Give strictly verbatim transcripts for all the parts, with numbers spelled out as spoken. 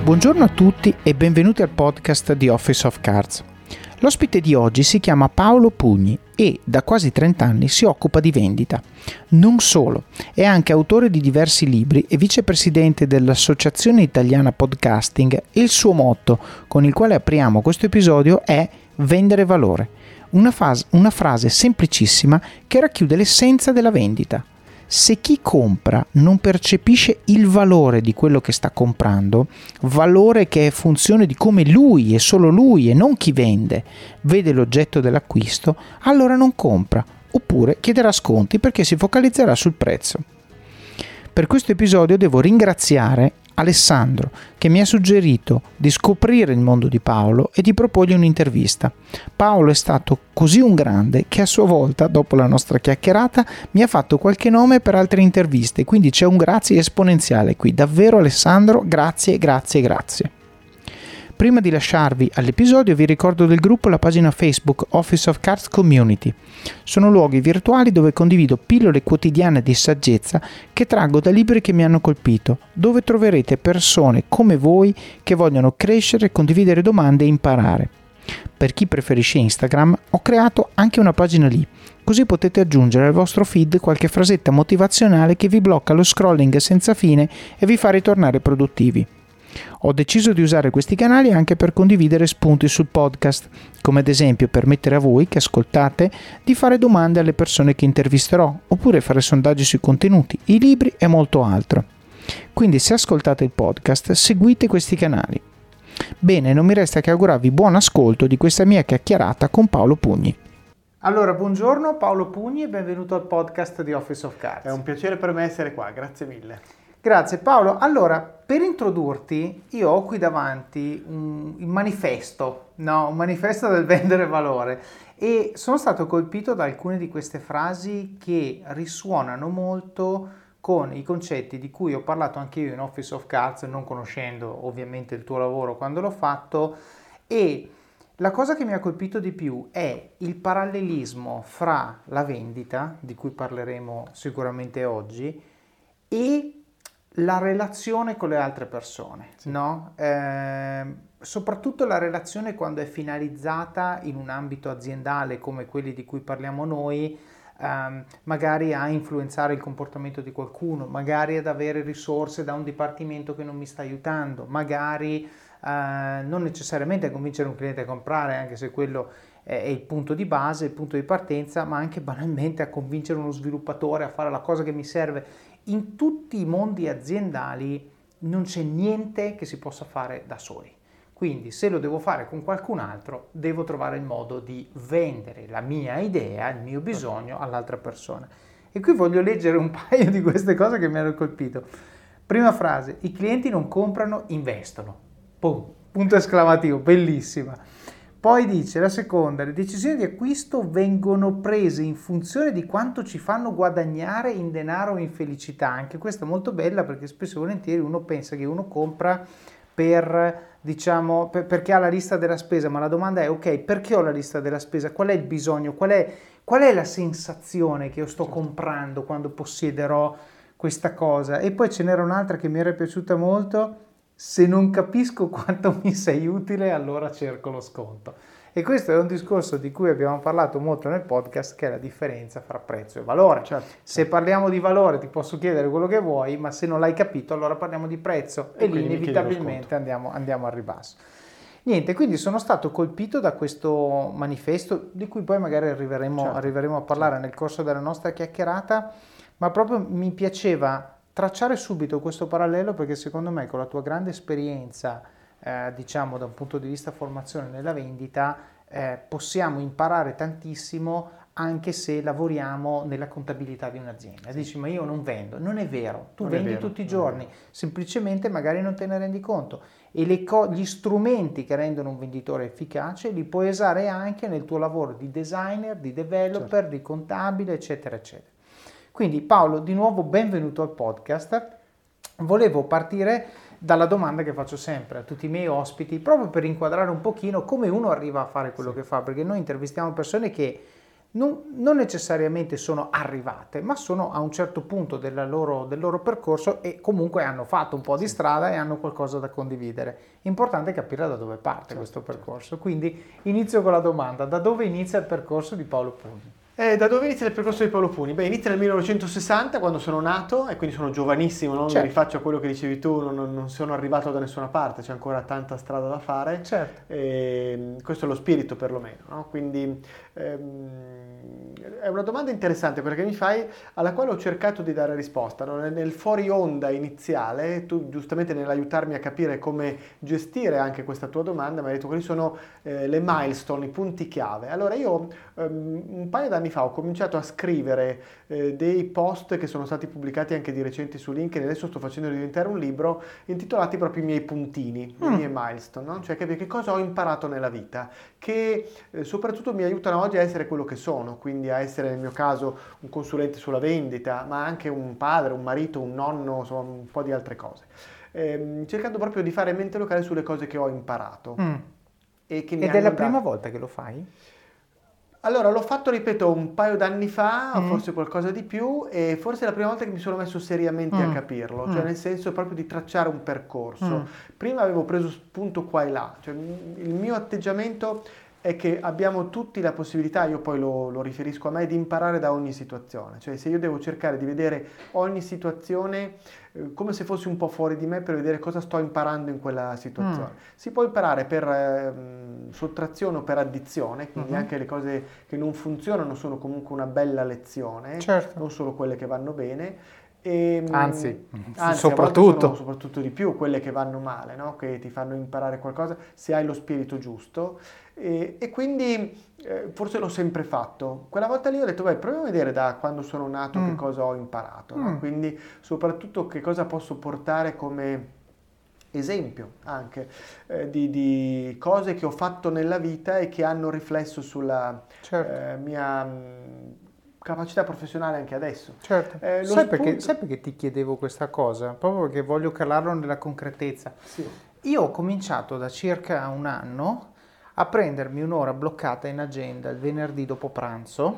Buongiorno a tutti e benvenuti al podcast di Office of Cards. L'ospite di oggi si chiama Paolo Pugni e da quasi trenta anni si occupa di vendita. Non solo, è anche autore di diversi libri e vicepresidente dell'Associazione Italiana Podcasting e il suo motto, con il quale apriamo questo episodio, è vendere valore. Una, fas- una frase semplicissima che racchiude l'essenza della vendita. Se chi compra non percepisce il valore di quello che sta comprando, valore che è funzione di come lui e solo lui e non chi vende vede l'oggetto dell'acquisto, allora non compra, oppure chiederà sconti perché si focalizzerà sul prezzo. Per questo episodio devo ringraziare Alessandro, che mi ha suggerito di scoprire il mondo di Paolo e di proporgli un'intervista. Paolo è stato così un grande che a sua volta, dopo la nostra chiacchierata, mi ha fatto qualche nome per altre interviste, quindi c'è un grazie esponenziale qui. Davvero Alessandro, grazie, grazie, grazie. Prima di lasciarvi all'episodio vi ricordo del gruppo e la pagina Facebook Office of Cards Community. Sono luoghi virtuali dove condivido pillole quotidiane di saggezza che traggo da libri che mi hanno colpito, dove troverete persone come voi che vogliono crescere, condividere domande e imparare. Per chi preferisce Instagram ho creato anche una pagina lì, così potete aggiungere al vostro feed qualche frasetta motivazionale che vi blocca lo scrolling senza fine e vi fa ritornare produttivi. Ho deciso di usare questi canali anche per condividere spunti sul podcast, come ad esempio permettere a voi che ascoltate di fare domande alle persone che intervisterò, oppure fare sondaggi sui contenuti, i libri e molto altro. Quindi se ascoltate il podcast, seguite questi canali. Bene, non mi resta che augurarvi buon ascolto di questa mia chiacchierata con Paolo Pugni. Allora, buongiorno Paolo Pugni e benvenuto al podcast di Office of Cards. È un piacere per me essere qua, grazie mille. Grazie Paolo. Allora, per introdurti, io ho qui davanti un, un manifesto, no, un manifesto del vendere valore e sono stato colpito da alcune di queste frasi che risuonano molto con i concetti di cui ho parlato anche io in Office of Cards, non conoscendo ovviamente il tuo lavoro quando l'ho fatto, e la cosa che mi ha colpito di più è il parallelismo fra la vendita, di cui parleremo sicuramente oggi, e la relazione con le altre persone, sì. no? Eh, soprattutto la relazione quando è finalizzata in un ambito aziendale come quelli di cui parliamo noi, ehm, magari a influenzare il comportamento di qualcuno, magari ad avere risorse da un dipartimento che non mi sta aiutando, magari eh, non necessariamente a convincere un cliente a comprare, anche se quello è il punto di base, il punto di partenza, ma anche banalmente a convincere uno sviluppatore a fare la cosa che mi serve. In tutti i mondi aziendali non c'è niente che si possa fare da soli. Quindi se lo devo fare con qualcun altro, devo trovare il modo di vendere la mia idea, il mio bisogno all'altra persona. E qui voglio leggere un paio di queste cose che mi hanno colpito. Prima frase: i clienti non comprano, investono. Pum, punto esclamativo, bellissima. Poi dice la seconda: le decisioni di acquisto vengono prese in funzione di quanto ci fanno guadagnare in denaro o in felicità. Anche questa è molto bella perché spesso e volentieri uno pensa che uno compra per, diciamo, per, perché ha la lista della spesa, ma la domanda è: ok, perché ho la lista della spesa? Qual è il bisogno? Qual è, qual è la sensazione che io sto comprando quando possiederò questa cosa? E poi ce n'era un'altra che mi era piaciuta molto: se non capisco quanto mi sei utile, allora cerco lo sconto. E questo è un discorso di cui abbiamo parlato molto nel podcast, che è la differenza fra prezzo e valore. Certo, certo. Se parliamo di valore ti posso chiedere quello che vuoi, ma se non l'hai capito allora parliamo di prezzo e, e lì inevitabilmente andiamo, andiamo al ribasso. Niente, quindi sono stato colpito da questo manifesto, di cui poi magari arriveremo, certo, arriveremo a parlare certo. nel corso della nostra chiacchierata, ma proprio mi piaceva tracciare subito questo parallelo perché secondo me con la tua grande esperienza, eh, diciamo da un punto di vista formazione nella vendita, eh, possiamo imparare tantissimo anche se lavoriamo nella contabilità di un'azienda. Sì. Dici, ma io non vendo. Non è vero, tu non vendi vero, tutti i giorni, semplicemente magari non te ne rendi conto. E le co- gli strumenti che rendono un venditore efficace li puoi usare anche nel tuo lavoro di designer, di developer, certo. di contabile, eccetera, eccetera. Quindi Paolo, di nuovo benvenuto al podcast. Volevo partire dalla domanda che faccio sempre a tutti i miei ospiti, proprio per inquadrare un pochino come uno arriva a fare quello sì. che fa, perché noi intervistiamo persone che non, non necessariamente sono arrivate, ma sono a un certo punto della loro, del loro percorso e comunque hanno fatto un po' di strada e hanno qualcosa da condividere. Importante capire da dove parte certo, questo percorso. Certo. Quindi inizio con la domanda: da dove inizia il percorso di Paolo Pugni? Eh, da dove inizia il percorso di Paolo Pugni? Beh, inizia nel millenovecentosessanta, quando sono nato, e quindi sono giovanissimo, non certo. mi rifaccio a quello che dicevi tu, non, non sono arrivato da nessuna parte, c'è ancora tanta strada da fare. Certo. E questo è lo spirito perlomeno, no? Quindi ehm, è una domanda interessante perché mi fai, alla quale ho cercato di dare risposta, no? Nel fuori onda iniziale, tu giustamente nell'aiutarmi a capire come gestire anche questa tua domanda, mi hai detto quali sono eh, le milestone, i punti chiave. Allora io um, un paio d'anni fa ho cominciato a scrivere eh, dei post che sono stati pubblicati anche di recente su LinkedIn, adesso sto facendo diventare un libro, intitolati proprio i miei puntini, mm. le mie milestone, no? Cioè capire che cosa ho imparato nella vita, che eh, soprattutto mi aiutano oggi a essere quello che sono, quindi a essere nel mio caso un consulente sulla vendita, ma anche un padre, un marito, un nonno, insomma un po' di altre cose. Ehm, cercando proprio di fare mente locale sulle cose che ho imparato. Mm. E che mi Ed è la dato... prima volta che lo fai? Allora, l'ho fatto, ripeto, un paio d'anni fa, mm. forse qualcosa di più, e forse è la prima volta che mi sono messo seriamente mm. a capirlo, cioè mm. nel senso proprio di tracciare un percorso. Mm. Prima avevo preso spunto qua e là, cioè il mio atteggiamento è che abbiamo tutti la possibilità, io poi lo, lo riferisco a me, di imparare da ogni situazione. Cioè se io devo cercare di vedere ogni situazione eh, come se fosse un po' fuori di me per vedere cosa sto imparando in quella situazione. Mm. Si può imparare per eh, sottrazione o per addizione, quindi mm-hmm. anche le cose che non funzionano sono comunque una bella lezione, certo. non solo quelle che vanno bene. E, anzi, anzi soprattutto sono soprattutto di più quelle che vanno male, no? Che ti fanno imparare qualcosa se hai lo spirito giusto e, e quindi eh, forse l'ho sempre fatto. Quella volta lì ho detto beh, proviamo a vedere da quando sono nato mm. che cosa ho imparato, no? mm. Quindi soprattutto che cosa posso portare come esempio anche eh, di, di cose che ho fatto nella vita e che hanno riflesso sulla certo. eh, mia mh, capacità professionale anche adesso. Certo. Eh, sai, spunto... perché, sai perché ti chiedevo questa cosa? Proprio perché voglio calarlo nella concretezza. Sì. Io ho cominciato da circa un anno a prendermi un'ora bloccata in agenda il venerdì dopo pranzo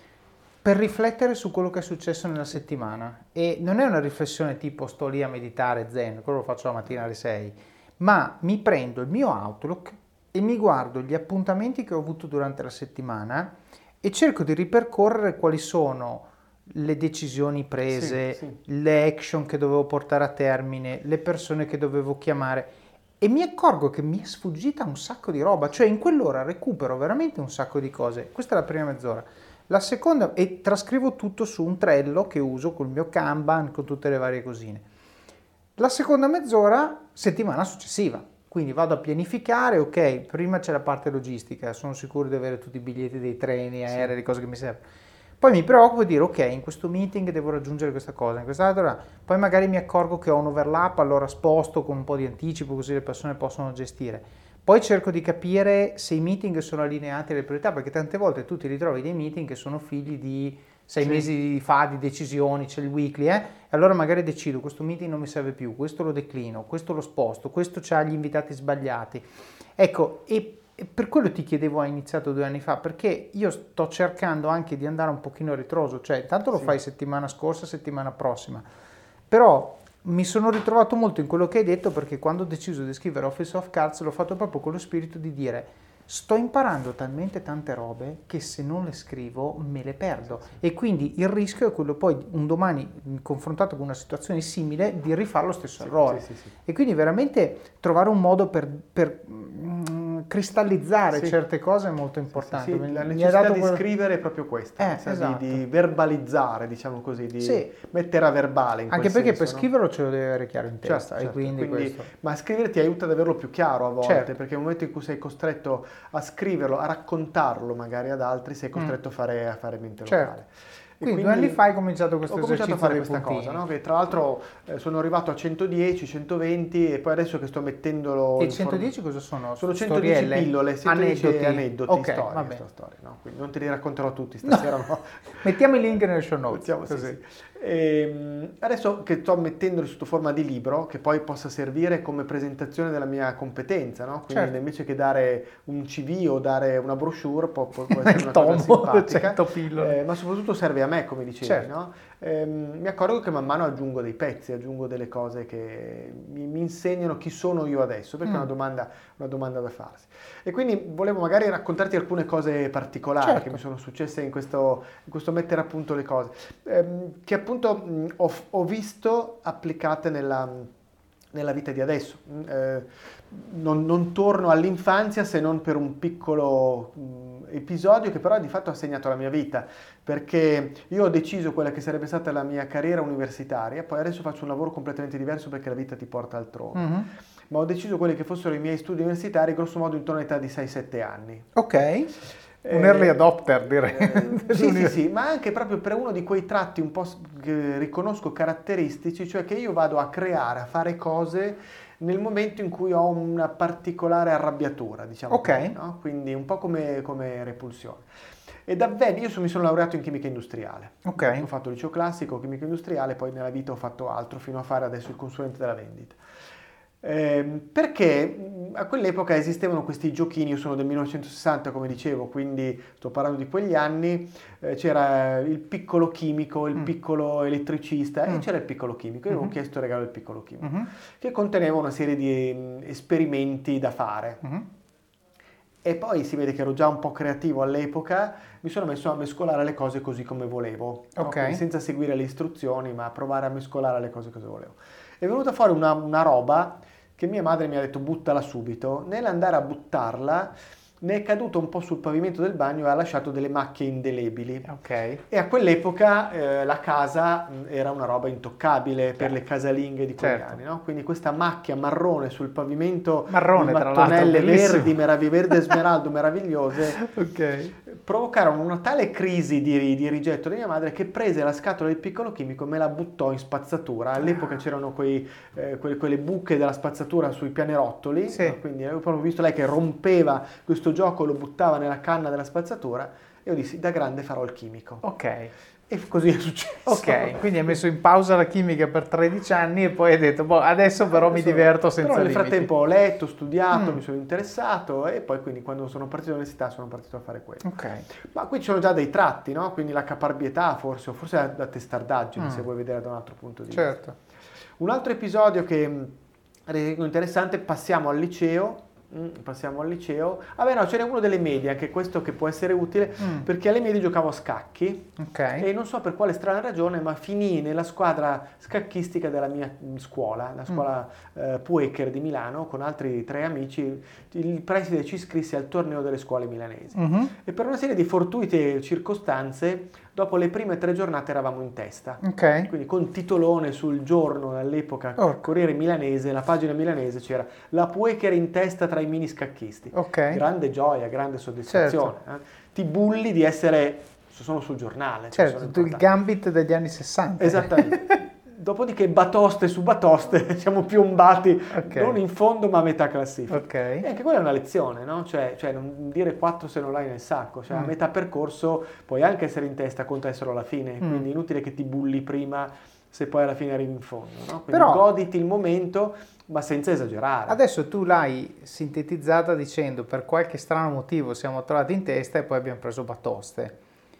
per riflettere su quello che è successo nella settimana. E non è una riflessione tipo sto lì a meditare zen, quello lo faccio la mattina alle sei, ma mi prendo il mio Outlook e mi guardo gli appuntamenti che ho avuto durante la settimana e cerco di ripercorrere quali sono le decisioni prese, sì, sì. le action che dovevo portare a termine, le persone che dovevo chiamare e mi accorgo che mi è sfuggita un sacco di roba, cioè in quell'ora recupero veramente un sacco di cose. Questa è la prima mezz'ora. La seconda, e trascrivo tutto su un Trello che uso col mio Kanban, con tutte le varie cosine. La seconda mezz'ora, settimana successiva. Quindi vado a pianificare, ok, prima c'è la parte logistica, sono sicuro di avere tutti i biglietti dei treni, aerei, sì. le cose che mi servono. Poi mi preoccupo di dire, ok, in questo meeting devo raggiungere questa cosa, in quest'altra, poi magari mi accorgo che ho un overlap, allora sposto con un po' di anticipo così le persone possono gestire. Poi cerco di capire se i meeting sono allineati alle priorità, perché tante volte tu ti ritrovi dei meeting che sono figli di sei sì. mesi fa di decisioni, c'è il weekly, eh? E allora magari decido, questo meeting non mi serve più, questo lo declino, questo lo sposto, questo c'ha gli invitati sbagliati. Ecco, e per quello ti chiedevo, hai iniziato due anni fa, perché io sto cercando anche di andare un pochino a ritroso, cioè tanto lo sì. fai settimana scorsa, settimana prossima, però mi sono ritrovato molto in quello che hai detto, perché quando ho deciso di scrivere Office of Cards l'ho fatto proprio con lo spirito di dire sto imparando talmente tante robe che se non le scrivo me le perdo, e quindi il rischio è quello poi un domani confrontato con una situazione simile di rifare lo stesso sì, errore sì, sì, sì. E quindi veramente trovare un modo per, per mh, cristallizzare sì. certe cose è molto importante. Sì, sì, sì. La Mi necessità di quello... scrivere è proprio questa, eh, esatto. di, di verbalizzare, diciamo così, di sì. mettere a verbale in anche quel perché senso, per no? scriverlo ce lo devi avere chiaro in testa, certo, e quindi, quindi questo... ma scrivere ti aiuta ad averlo più chiaro a volte, certo. perché nel momento in cui sei costretto a scriverlo, a raccontarlo magari ad altri, sei costretto mm. a, fare, a fare mente certo. locale. Quindi, quindi due anni fa hai cominciato questo ho cominciato esercizio a fare questa puntini. cosa, no? Che tra l'altro eh, sono arrivato a centodieci, centoventi e poi adesso che sto mettendolo... E centodieci form... cosa sono? Sono centodieci Storielle? pillole, centodieci aneddoti, aneddoti okay, storie, vabbè. storie no? Quindi non te li racconterò tutti stasera, no. no. Mettiamo i link nelle show notes. Mettiamo, sì, sì. E adesso che sto mettendolo sotto forma di libro, che poi possa servire come presentazione della mia competenza, no? Quindi Certo. invece che dare un C V o dare una brochure, può, può può essere Il una tomo, cosa simpatica, cento pillole. eh, ma soprattutto serve a me, come dicevi, Certo. no? Ehm, mi accorgo che man mano aggiungo dei pezzi, aggiungo delle cose che mi, mi insegnano chi sono io adesso, perché è una Mm. domanda, una domanda da farsi. E quindi volevo magari raccontarti alcune cose particolari Certo. che mi sono successe in questo, in questo mettere a punto le cose, ehm, che appunto mh, ho, ho visto applicate nella, nella vita di adesso. Mm, eh, non, non torno all'infanzia se non per un piccolo mh, episodio che però di fatto ha segnato la mia vita, perché io ho deciso quella che sarebbe stata la mia carriera universitaria, poi adesso faccio un lavoro completamente diverso perché la vita ti porta altrove. Mhm. Ma ho deciso quelli che fossero i miei studi universitari, grosso modo intorno all'età di sei sette anni. Ok, un Eh, early adopter direi. eh, sì, sì, sì, ma anche proprio per uno di quei tratti un po' s- che riconosco caratteristici, cioè che io vado a creare, a fare cose nel momento in cui ho una particolare arrabbiatura, diciamo Ok. così, no? Quindi un po' come, come repulsione. E davvero, io so- mi sono laureato in chimica industriale. Ok. Ho fatto il liceo classico, chimica industriale, poi nella vita ho fatto altro, fino a fare adesso il consulente della vendita. Ehm, perché mh, a quell'epoca esistevano questi giochini, io sono del millenovecentosessanta come dicevo, quindi sto parlando di quegli anni, eh, c'era il piccolo chimico, il Mm. piccolo elettricista Mm. e c'era il piccolo chimico, io avevo Mhm. chiesto il regalo del piccolo chimico, Mhm. che conteneva una serie di mh, esperimenti da fare. Mhm. E poi si vede che ero già un po' creativo all'epoca, mi sono messo a mescolare le cose così come volevo, no? Ok. Quindi senza seguire le istruzioni, ma provare a mescolare le cose così volevo. È venuta fuori una, una roba che mia madre mi ha detto buttala subito. Nell'andare a buttarla, ne è caduto un po' sul pavimento del bagno e ha lasciato delle macchie indelebili. Ok. E a quell'epoca eh, la casa mh, era una roba intoccabile per Chiaro. le casalinghe di quegli Certo. anni, no? Quindi questa macchia marrone sul pavimento Marrone, di tra l'altro, mattonelle bellissimo. verdi, meravi- verde e smeraldo meravigliose, Ok. provocarono una tale crisi di, di rigetto di mia madre che prese la scatola del piccolo chimico e me la buttò in spazzatura. All'epoca c'erano quei, eh, quelle, quelle buche della spazzatura sui pianerottoli, Sì. no? Quindi avevo proprio visto lei che rompeva questo gioco, lo buttava nella canna della spazzatura e io dissi da grande farò il chimico. Ok. E così è successo. Ok, quindi hai messo in pausa la chimica per tredici anni e poi hai detto, boh, adesso però mi Adesso- diverto senza Però nel limiti. frattempo ho letto, studiato, Mm. mi sono interessato e poi quindi quando sono partito all'università sono partito a fare quello. Ok. Ma qui ci sono già dei tratti, no? Quindi la caparbietà forse, o forse la, la testardaggine Mm. se vuoi vedere da un altro punto di vista. Certo. Un altro episodio che mh, ritengo interessante, passiamo al liceo. mm, Passiamo al liceo. Ah beh no, ce n'è uno delle medie, anche questo che può essere utile, Mm. perché alle medie giocavo a scacchi Ok. e non so per quale strana ragione, ma finii nella squadra scacchistica della mia mh, scuola, la scuola eh, Puecher di Milano, con altri tre amici. Il preside ci iscrisse al torneo delle scuole milanesi. Mhm. E per una serie di fortuite circostanze, dopo le prime tre giornate eravamo in testa. Ok. Quindi con titolone sul giorno all'epoca, Oh. Corriere Milanese, la pagina milanese c'era la Puecher in testa tra i mini scacchisti. Ok. Grande gioia, grande soddisfazione. Certo. eh. Ti bulli di essere, sono sul giornale. cioè Certo, sono tu il importanti. gambit degli anni sessanta. Esattamente. Dopodiché batoste su batoste siamo piombati Ok. non in fondo ma a metà classifica. Ok. E anche quella è una lezione, no? Cioè, cioè non dire quattro se non l'hai nel sacco, cioè a Mm. metà percorso puoi anche essere in testa, conta esserlo alla fine, Mm. quindi inutile che ti bulli prima se poi alla fine arrivi in fondo, no? Quindi Però- goditi il momento ma senza esagerare. Adesso tu l'hai sintetizzata dicendo per qualche strano motivo siamo trovati in testa e poi abbiamo preso batoste.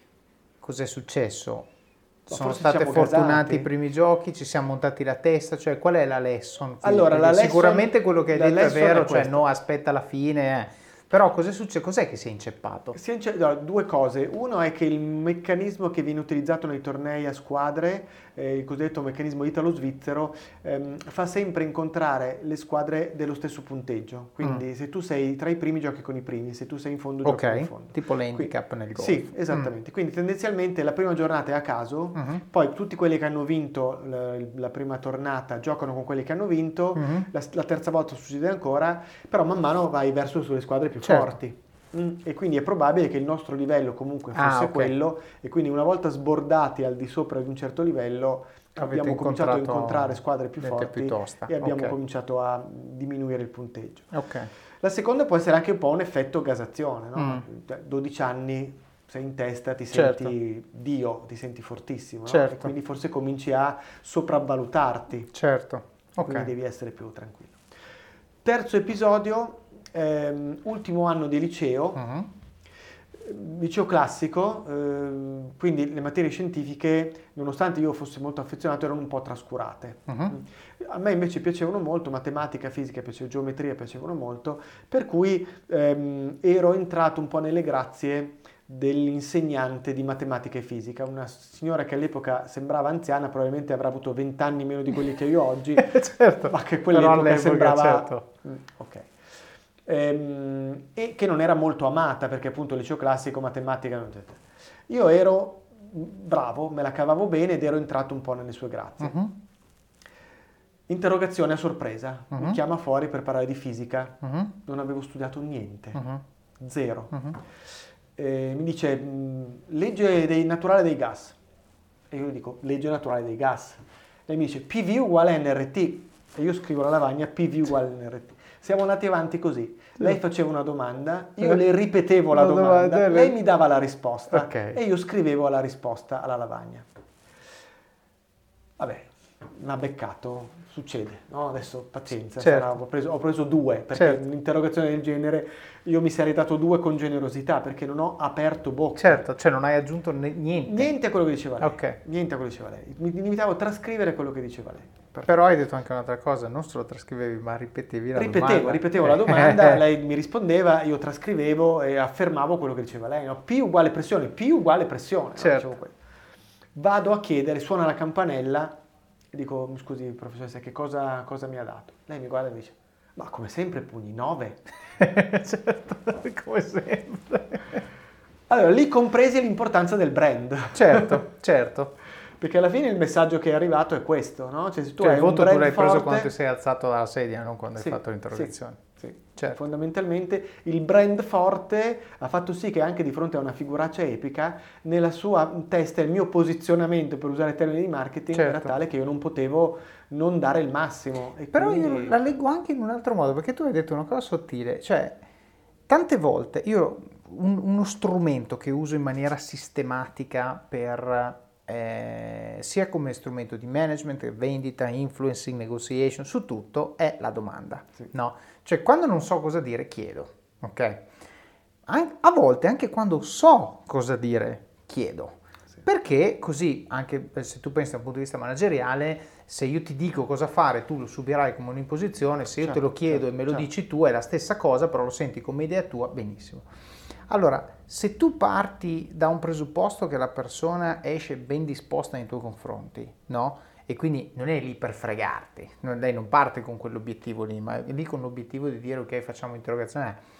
Cos'è successo? Ma Sono forse stati siamo fortunati gasati. i primi giochi, ci siamo montati la testa, cioè qual è la lesson qui? Allora, la Perché lesson- sicuramente quello che hai la detto è lesson vero, è cioè questa. no, aspetta la fine, eh. Però cos'è successo? Cos'è che si è inceppato? Si è ince- no, due cose. Uno è che il meccanismo che viene utilizzato nei tornei a squadre, eh, il cosiddetto meccanismo italo-svizzero, ehm, fa sempre incontrare le squadre dello stesso punteggio. Quindi se tu sei tra i primi giochi con i primi, se tu sei in fondo giochi in Ok, fondo. tipo l'handicap nel golf. Sì, esattamente. Quindi tendenzialmente la prima giornata è a caso, Mhm. poi tutti quelli che hanno vinto la, la prima tornata giocano con quelli che hanno vinto, Mhm. la, la terza volta succede ancora, però man mano vai verso sulle squadre più Certo. forti. Mm, E quindi è probabile che il nostro livello comunque Ah, fosse ok. quello e quindi una volta sbordati al di sopra di un certo livello Avete abbiamo cominciato a incontrato incontrare squadre più gente forti più tosta. e abbiamo Ok. cominciato a diminuire il punteggio. Ok. La seconda può essere anche un po' un effetto gasazione, no? Mm. Cioè, dodici anni sei in testa, ti Certo. senti Dio, ti senti fortissimo, no? Certo. E quindi forse cominci a sopravvalutarti. Certo. Ok. Quindi devi essere più tranquillo. Terzo episodio, ehm, ultimo anno di liceo, Mhm. liceo classico, ehm, quindi le materie scientifiche, nonostante io fossi molto affezionato, erano un po' trascurate. Mhm. A me invece piacevano molto, matematica, fisica, piaceva, geometria piacevano molto, per cui ehm, ero entrato un po' nelle grazie dell'insegnante di matematica e fisica, una signora che all'epoca sembrava anziana, probabilmente avrà avuto venti anni meno di quelli che io ho oggi, Certo. ma che Però quell'epoca all'epoca, sembrava... certo. Mm, ok. Ehm, e che non era molto amata perché appunto liceo classico, matematica, non c'è. Io ero bravo, me la cavavo bene ed ero entrato un po' nelle sue grazie. Mhm. Interrogazione a sorpresa, mi Mhm. chiama fuori per parlare di fisica, Mhm. non avevo studiato niente, Mhm. zero. Mhm. Eh, mi dice mh, legge dei, naturale dei gas, e io gli dico legge naturale dei gas. Lei mi dice P V uguale a N R T, e io scrivo alla lavagna P V uguale a N R T. Siamo andati avanti così, lei faceva una domanda, io le ripetevo la La domanda, domanda, lei- lei mi dava la risposta Ok. e io scrivevo la risposta alla lavagna. Vabbè, mi ha beccato, succede, no? Adesso pazienza, Certo. sarà- ho, preso, ho preso due, perché Certo. un'interrogazione del genere io mi sarei dato due con generosità, perché non ho aperto bocca. Certo, cioè non hai aggiunto ne- niente. Niente a quello che diceva lei. Ok. Niente a quello che diceva lei. Mi limitavo a trascrivere quello che diceva lei. Però hai detto anche un'altra cosa, non solo trascrivevi, ma ripetevi la Ripetevo, domanda. ripetevo la domanda, lei mi rispondeva, io trascrivevo e affermavo quello che diceva lei. No? P uguale pressione, P uguale pressione. No? Certo. Dicevo quello. Vado a chiedere, suona la campanella e dico, mi scusi professoressa, che cosa, cosa mi ha dato? Lei mi guarda e mi dice, ma come sempre pugni nove. Certo, come sempre. Allora, lì compresi l'importanza del brand. Certo, certo. Perché alla fine il messaggio che è arrivato è questo, no? Cioè se tu Cioè, hai il un voto tu brand l'hai preso forte... quando ti sei alzato dalla sedia, non quando Sì, hai fatto l'interrogazione. Sì, sì. Certo. Fondamentalmente il brand forte ha fatto sì che anche di fronte a una figuraccia epica, nella sua testa il mio posizionamento, per usare termini di marketing, Certo. era tale che io non potevo non dare il massimo. E Però quindi... io la leggo anche in un altro modo, perché tu hai detto una cosa sottile, cioè tante volte io un- uno strumento che uso in maniera sistematica per eh, sia come strumento di management, vendita, influencing, negotiation, su tutto è la domanda, Sì. no? Cioè quando non so cosa dire chiedo, ok? An- a volte anche quando so cosa dire chiedo. Perché così, anche se tu pensi da un punto di vista manageriale, se io ti dico cosa fare, tu lo subirai come un'imposizione, se io Certo, te lo chiedo certo, e me lo certo. dici tu è la stessa cosa, però lo senti come idea tua, benissimo. Allora, se tu parti da un presupposto che la persona esce ben disposta nei tuoi confronti, no? E quindi non è lì per fregarti, non- lei non parte con quell'obiettivo lì, ma è lì con l'obiettivo di dire ok, facciamo interrogazione.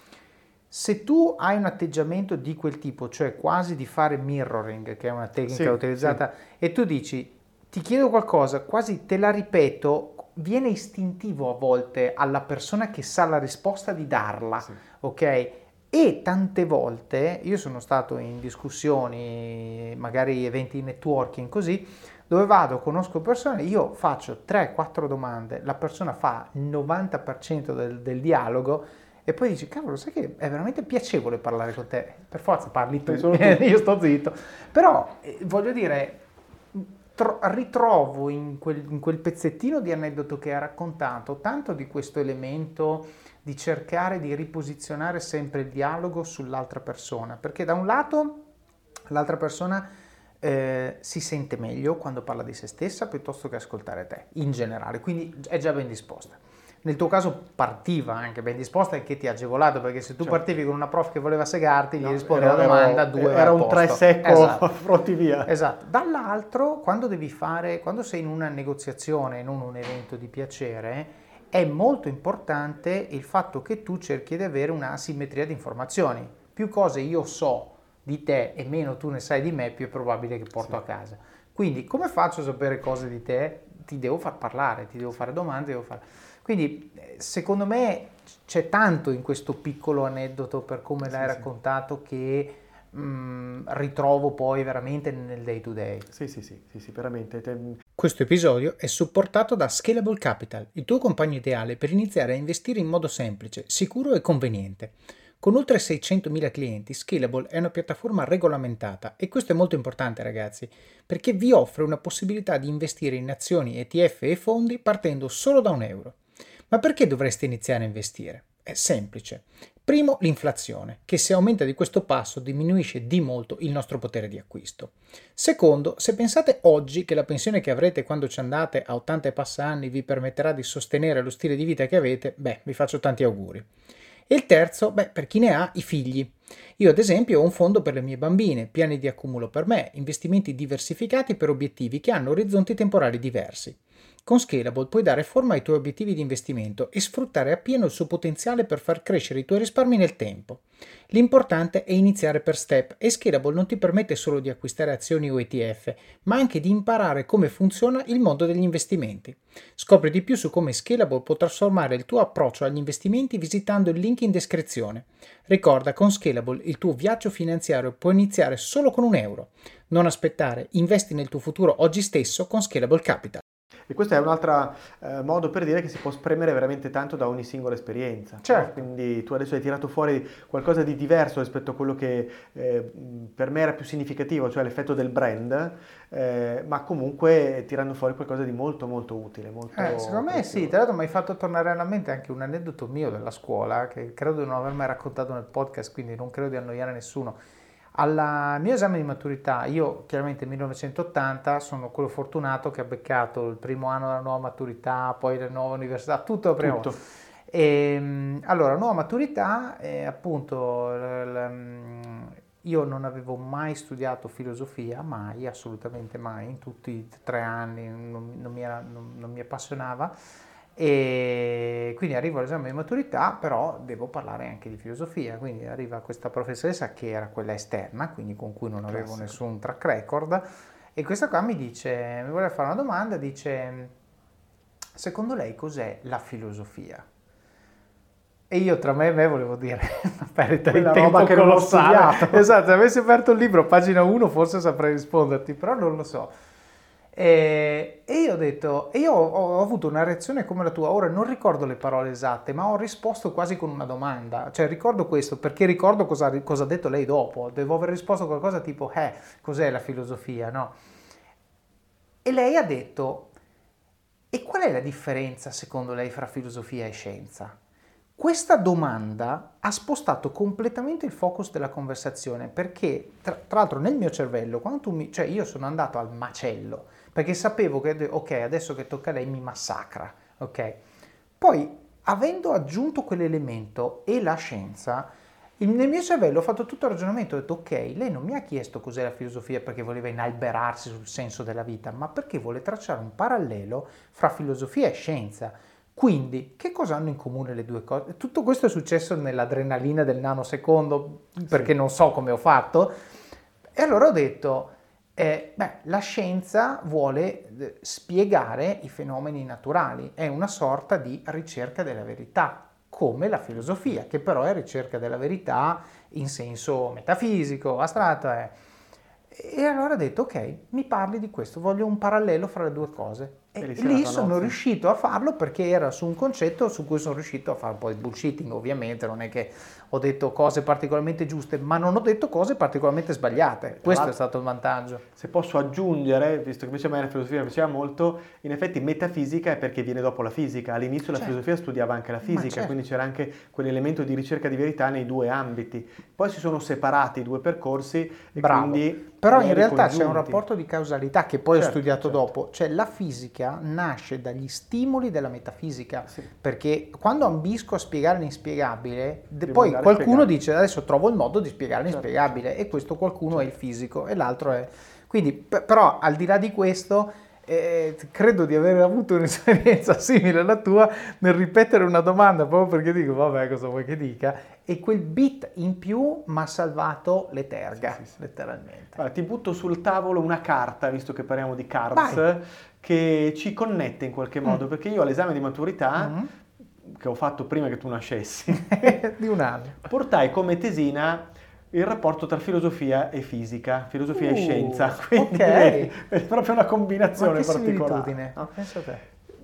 Se tu hai un atteggiamento di quel tipo, cioè quasi di fare mirroring, che è una tecnica Sì, utilizzata, e tu dici, ti chiedo qualcosa, quasi te la ripeto, viene istintivo a volte alla persona che sa la risposta di darla, Sì. ok? E tante volte, io sono stato in discussioni, magari eventi di networking così, dove vado, conosco persone, io faccio tre quattro domande, la persona fa il novanta per cento del, del dialogo, e poi dici, cavolo, sai che è veramente piacevole parlare con te, per forza parli tu, Solo tu. io sto zitto, però eh, voglio dire, tro- ritrovo in quel, in quel pezzettino di aneddoto che hai raccontato tanto di questo elemento di cercare di riposizionare sempre il dialogo sull'altra persona, perché da un lato l'altra persona eh, si sente meglio quando parla di se stessa piuttosto che ascoltare te, in generale, quindi è già ben disposta. Nel tuo caso partiva anche ben disposta e che ti ha agevolato, perché se tu Certo. partivi con una prof che voleva segarti, gli No, rispondi ero- alla domanda, ero- due vai era a un posto. tre secco, Esatto. affronti via. Esatto. Dall'altro, quando devi fare, quando sei in una negoziazione, non un evento di piacere, è molto importante il fatto che tu cerchi di avere una asimmetria di informazioni. Più cose io so di te e meno tu ne sai di me, più è probabile che porto Sì. a casa. Quindi, come faccio a sapere cose di te? Ti devo far parlare, ti devo fare domande, devo fare... Quindi, eh, secondo me, c'è tanto in questo piccolo aneddoto per come l'hai Sì, sì. raccontato che mh, ritrovo poi veramente nel day to day. Sì, sì, sì, sì, sì, veramente. Te- Questo episodio è supportato da Scalable Capital, il tuo compagno ideale per iniziare a investire in modo semplice, sicuro e conveniente. Con oltre seicentomila clienti, Scalable è una piattaforma regolamentata e questo è molto importante, ragazzi, perché vi offre una possibilità di investire in azioni, E T F e fondi partendo solo da un euro. Ma perché dovreste iniziare a investire? È semplice. Primo, l'inflazione, che se aumenta di questo passo diminuisce di molto il nostro potere di acquisto. Secondo, se pensate oggi che la pensione che avrete quando ci andate a ottanta e passa anni vi permetterà di sostenere lo stile di vita che avete, beh, vi faccio tanti auguri. E il terzo, beh, per chi ne ha, i figli. Io ad esempio ho un fondo per le mie bambine, piani di accumulo per me, investimenti diversificati per obiettivi che hanno orizzonti temporali diversi. Con Scalable puoi dare forma ai tuoi obiettivi di investimento e sfruttare appieno il suo potenziale per far crescere i tuoi risparmi nel tempo. L'importante è iniziare per step e Scalable non ti permette solo di acquistare azioni o E T F, ma anche di imparare come funziona il mondo degli investimenti. Scopri di più su come Scalable può trasformare il tuo approccio agli investimenti visitando il link in descrizione. Ricorda, con Scalable il tuo viaggio finanziario può iniziare solo con un euro. Non aspettare, investi nel tuo futuro oggi stesso con Scalable Capital. E questo è un altro eh, modo per dire che si può spremere veramente tanto da ogni singola esperienza. Certo. No? Quindi tu adesso hai tirato fuori qualcosa di diverso rispetto a quello che eh, per me era più significativo, cioè l'effetto del brand, eh, ma comunque tirando fuori qualcosa di molto molto utile. Molto Eh, secondo me prezioso. sì, tra l'altro mi hai fatto tornare alla mente anche un aneddoto mio della scuola che credo di non aver mai raccontato nel podcast, quindi non credo di annoiare nessuno. Al mio esame di maturità, io chiaramente nel millenovecentottanta sono quello fortunato che ha beccato il primo anno della nuova maturità, poi la nuova università, tutto al primo. Tutto. E, allora, nuova maturità, eh, appunto, l- l- io non avevo mai studiato filosofia, mai, assolutamente mai, in tutti i tre anni non, non mi, era- non- non mi appassionava. E quindi arrivo all'esame di maturità, però devo parlare anche di filosofia, quindi arriva questa professoressa che era quella esterna, quindi con cui non avevo Classico. nessun track record, e questa qua mi dice, mi vuole fare una domanda, dice, secondo lei cos'è la filosofia? E io tra me e me volevo dire, una perdita di Quella tempo roba che non ho colossale. studiato. Esatto, se avessi aperto il libro, pagina uno, forse saprei risponderti, però non lo so. E, e io ho detto, e io ho, ho avuto una reazione come la tua, ora non ricordo le parole esatte, ma ho risposto quasi con una domanda, cioè ricordo questo, perché ricordo cosa, cosa ha detto lei dopo, devo aver risposto qualcosa tipo, eh, cos'è la filosofia, no? E lei ha detto, e qual è la differenza secondo lei fra filosofia e scienza? Questa domanda ha spostato completamente il focus della conversazione perché, tra, tra l'altro, nel mio cervello, quando tu mi, cioè io sono andato al macello perché sapevo che, ok, adesso che tocca a lei mi massacra, ok? Poi, avendo aggiunto quell'elemento e la scienza, il- nel mio cervello ho fatto tutto il ragionamento, ho detto, ok, lei non mi ha chiesto cos'è la filosofia perché voleva inalberarsi sul senso della vita, ma perché vuole tracciare un parallelo fra filosofia e scienza. Quindi, che cosa hanno in comune le due cose? Tutto questo è successo nell'adrenalina del nanosecondo, perché Sì. non so come ho fatto. E allora ho detto, eh, beh, la scienza vuole eh, spiegare i fenomeni naturali, è una sorta di ricerca della verità, come la filosofia, che però è ricerca della verità in senso metafisico, astratto. eh. E allora ho detto, ok, mi parli di questo, voglio un parallelo fra le due cose. E E lì lì, sei andato a sono nozze. riuscito a farlo perché era su un concetto su cui sono riuscito a fare un po' di bullshitting, ovviamente, non è che ho detto cose particolarmente giuste, ma non ho detto cose particolarmente sbagliate. Questo è l'altro- stato il vantaggio. Se posso aggiungere, visto che invece a me la filosofia mi piaceva molto, in effetti metafisica è perché viene dopo la fisica. All'inizio la Certo. filosofia studiava anche la Ma fisica, certo. quindi c'era anche quell'elemento di ricerca di verità nei due ambiti. Poi si sono separati i due percorsi e Bravo. quindi Però li in hai realtà c'è un ricongiunti. rapporto di causalità che poi ho Certo, studiato certo. dopo, cioè la fisica nasce dagli stimoli della metafisica, Sì. perché quando ambisco a spiegare l'inspiegabile, de- Devo poi andare a qualcuno spiegare. dice adesso trovo il modo di spiegare Certo, l'inspiegabile e questo qualcuno è il fisico e l'altro è... Quindi, p- però al di là di questo, eh, credo di aver avuto un'esperienza simile alla tua nel ripetere una domanda, proprio perché dico, vabbè, cosa vuoi che dica? E quel bit in più mi ha salvato le terga, Sì, sì, sì. letteralmente. Allora, ti butto sul tavolo una carta, visto che parliamo di cards, Vai. che ci connette in qualche modo, Mm. perché io all'esame di maturità, Mm. che ho fatto prima che tu nascessi, Di un anno. portai come tesina il rapporto tra filosofia e fisica, filosofia e Uh, scienza, quindi ok. vedi, è proprio una Ma combinazione che particolare. similitudine, no? penso a te.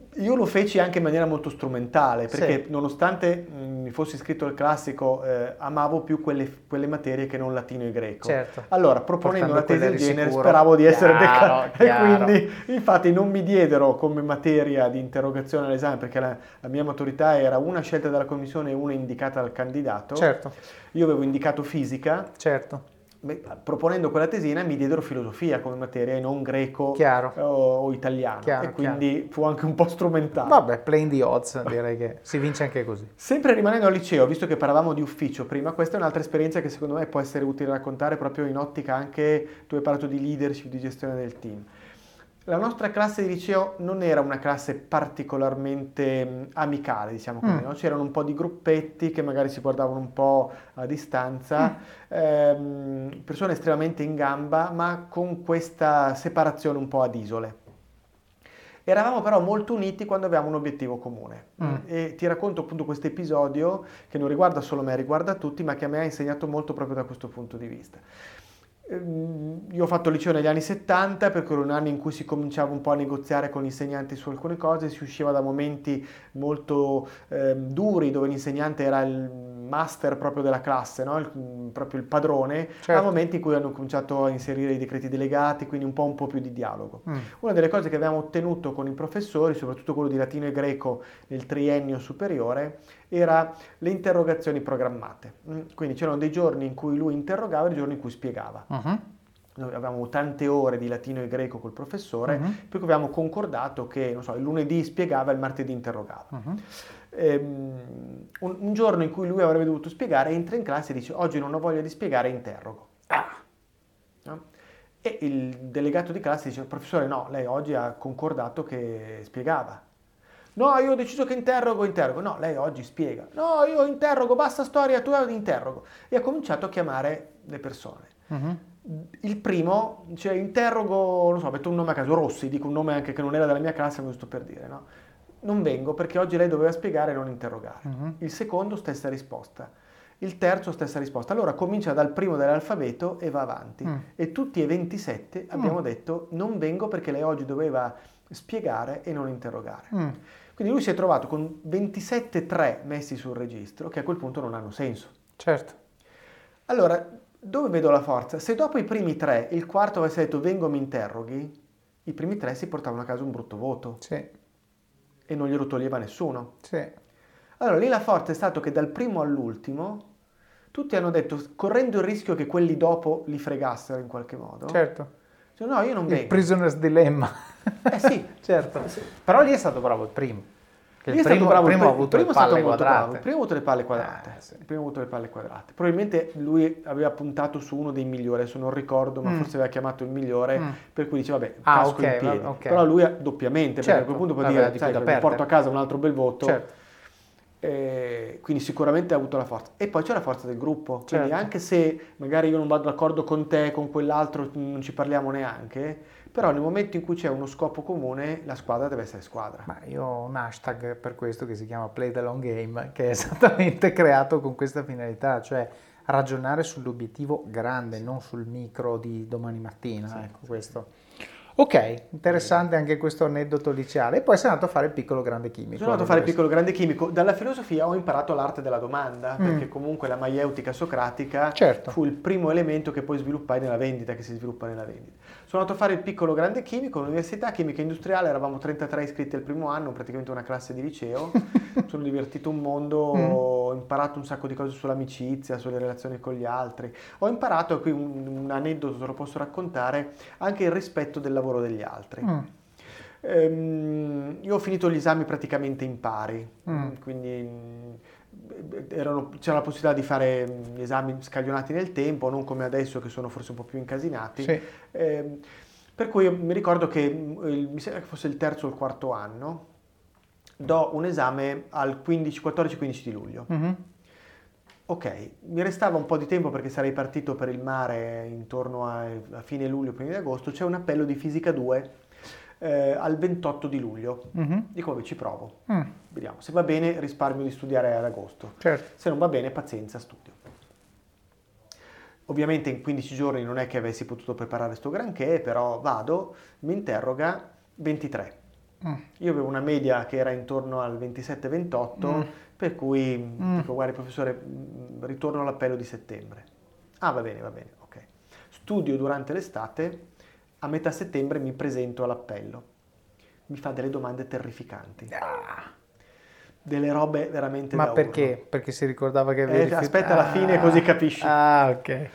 io lo feci anche in maniera molto strumentale, perché Sì. nonostante mh, mi fossi iscritto al classico, eh, amavo più quelle, quelle materie che non latino e greco. Certo, Allora, proponendo portando una tesi quelle del genere, risicuro. speravo di essere Chiaro, beccato. E chiaro. quindi, infatti, non mi diedero come materia di interrogazione all'esame, perché la, la mia maturità era una scelta dalla commissione e una indicata dal candidato. Certo, Io avevo indicato fisica. certo, Beh, proponendo quella tesina mi diedero filosofia come materia e non greco chiaro, eh, o, o italiano, e chiaro, chiaro. quindi fu anche un po' strumentale. Vabbè, playing the odds, direi che si vince anche così. Sempre rimanendo al liceo, visto che parlavamo di ufficio prima, questa è un'altra esperienza che secondo me può essere utile raccontare proprio in ottica anche, tu hai parlato di leadership, di gestione del team. La nostra classe di liceo non era una classe particolarmente mh, amicale, diciamo così, Mm, no? C'erano un po' di gruppetti che magari si guardavano un po' a distanza, ehm, persone estremamente in gamba, ma con questa separazione un po' ad isole. Eravamo però molto uniti quando avevamo un obiettivo comune. mm, E ti racconto appunto questo episodio che non riguarda solo me, riguarda tutti, ma che a me ha insegnato molto proprio da questo punto di vista. Ehm, Io ho fatto il liceo negli anni settanta, per cui era un anno in cui si cominciava un po' a negoziare con gli insegnanti su alcune cose, si usciva da momenti molto ehm, duri dove l'insegnante era il master proprio della classe, no? Il- proprio il padrone, a certo. momenti in cui hanno cominciato a inserire i decreti delegati, quindi un po', un po' più di dialogo. Mm, Una delle cose che abbiamo ottenuto con i professori, soprattutto quello di latino e greco nel triennio superiore, era le interrogazioni programmate. Mm, Quindi c'erano dei giorni in cui lui interrogava e dei giorni in cui spiegava. mhm, Noi avevamo tante ore di latino e greco col professore, mhm, per cui abbiamo concordato che, non so, il lunedì spiegava e il martedì interrogava. mhm. Ehm, un, un giorno in cui lui avrebbe dovuto spiegare, entra in classe e dice: oggi non ho voglia di spiegare, interrogo. Ah, No? E il delegato di classe dice: professore, no, lei oggi ha concordato che spiegava. No, io ho deciso che interrogo, interrogo. No, lei oggi spiega. No, io interrogo, basta storia, tu interrogo. E ha cominciato a chiamare le persone. mhm, Il primo, cioè interrogo, non so, metto un nome a caso, Rossi, dico un nome anche che non era della mia classe, giusto per dire, no? Non vengo perché oggi lei doveva spiegare e non interrogare. mhm. Il secondo, stessa risposta. Il terzo, stessa risposta. Allora comincia dal primo dell'alfabeto e va avanti. Mm, E tutti e ventisette abbiamo detto: non vengo perché lei oggi doveva spiegare e non interrogare. mm, Quindi lui si è trovato con ventisette tre messi sul registro, che a quel punto non hanno senso. certo. Allora, dove vedo la forza? Se dopo i primi tre il quarto avesse detto vengo mi interroghi, i primi tre si portavano a casa un brutto voto Sì, e non glielo toglieva nessuno. sì. Allora lì la forza è stato che dal primo all'ultimo tutti hanno detto, correndo il rischio che quelli dopo li fregassero in qualche modo, Certo. cioè, no, io non Il vengo. prisoner's dilemma. Eh sì, Certo. sì. Però lì è stato bravo il primo. Che Lì il è stato primo, bravo, il il primo ha pri- il avuto primo le è stato palle molto quadrate. bravo, il primo ha avuto le palle quadrate, Eh, sì. il primo ha avuto le palle quadrate. Probabilmente lui aveva puntato su uno dei migliori, adesso non ricordo, ma Mm. forse aveva chiamato il migliore, Mm. per cui dice vabbè, Ah, casco ok, in piedi. va- ok. Però lui ha doppiamente, perché a Certo, quel punto può aveva dire, di sai, più da mi porto perdere. a casa un altro bel voto. Certo. Eh, quindi sicuramente ha avuto la forza. E poi c'è la forza del gruppo, quindi Certo. anche se magari io non vado d'accordo con te, con quell'altro, non ci parliamo neanche, però nel momento in cui c'è uno scopo comune, la squadra deve essere squadra. Ma io ho un hashtag per questo che si chiama Play the Long Game, che è esattamente creato con questa finalità, cioè ragionare sull'obiettivo grande, non sul micro di domani mattina. Sì, ecco sì, questo. Ok, interessante anche questo aneddoto liceale. E poi sei andato a fare il piccolo grande chimico. Sono andato a fare il all'università. piccolo grande chimico. Dalla filosofia ho imparato l'arte della domanda, Mm. perché comunque la maieutica socratica Certo. fu il primo elemento che poi sviluppai nella vendita, che si sviluppa nella vendita. Sono andato a fare il piccolo grande chimico all'università, chimica industriale, eravamo trentatré iscritti al primo anno, praticamente una classe di liceo. Mi sono divertito un mondo, Mm. ho imparato un sacco di cose sull'amicizia, sulle relazioni con gli altri. Ho imparato, qui un, un aneddoto te lo posso raccontare, anche il rispetto del lavoro degli altri. Mm. Ehm, io ho finito gli esami praticamente in pari, Mm. quindi mh, erano- c'era la possibilità di fare mh, gli esami scaglionati nel tempo, non come adesso che sono forse un po' più incasinati. Sì. Ehm, per cui io mi ricordo che mh, il- mi sembra che fosse il terzo o il quarto anno, do un esame al quindici, quattordici quindici di luglio. Mhm. Ok, mi restava un po' di tempo perché sarei partito per il mare intorno a, a fine luglio, primi di agosto. C'è un appello di Fisica due eh, al ventotto di luglio. Mhm. Dico, vabbè, ci provo. Mm. Vediamo. Se va bene, risparmio di studiare ad agosto. Certo. Se non va bene, pazienza, studio. Ovviamente in quindici giorni non è che avessi potuto preparare sto granché, però vado, mi interroga, ventitré. Mm. Io avevo una media che era intorno al ventisette ventotto, mm. per cui mm. dico, guarda professore, ritorno all'appello di settembre. Ah, va bene, va bene, ok. Studio durante l'estate, a metà settembre mi presento all'appello. Mi fa delle domande terrificanti. Ah. Delle robe veramente Ma da perché? urlo. Perché si ricordava che avevi eh, rifiut- Aspetta alla ah. fine così capisci. Ah, ok.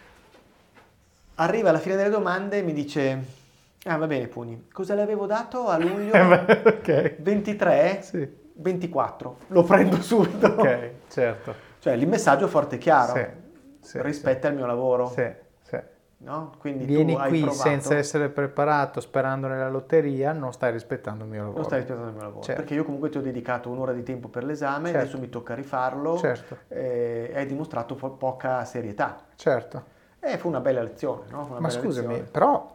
Arriva alla fine delle domande e mi dice, ah va bene Pugni, cosa le avevo dato a luglio? Ok. ventitré? Sì. ventiquattro. Lo prendo subito. Ok, certo. Cioè il messaggio forte e chiaro, Sì, sì, rispetto sì. al mio lavoro. Sì, sì. No? Quindi Vieni tu hai qui provato, senza essere preparato, sperando nella lotteria, non stai rispettando il mio lavoro. non stai rispettando il mio lavoro, Certo. perché io comunque ti ho dedicato un'ora di tempo per l'esame, Certo. adesso mi tocca rifarlo, Certo. e hai dimostrato po- poca serietà. Certo. E fu una bella lezione, no? Fu una Ma bella scusami, lezione. però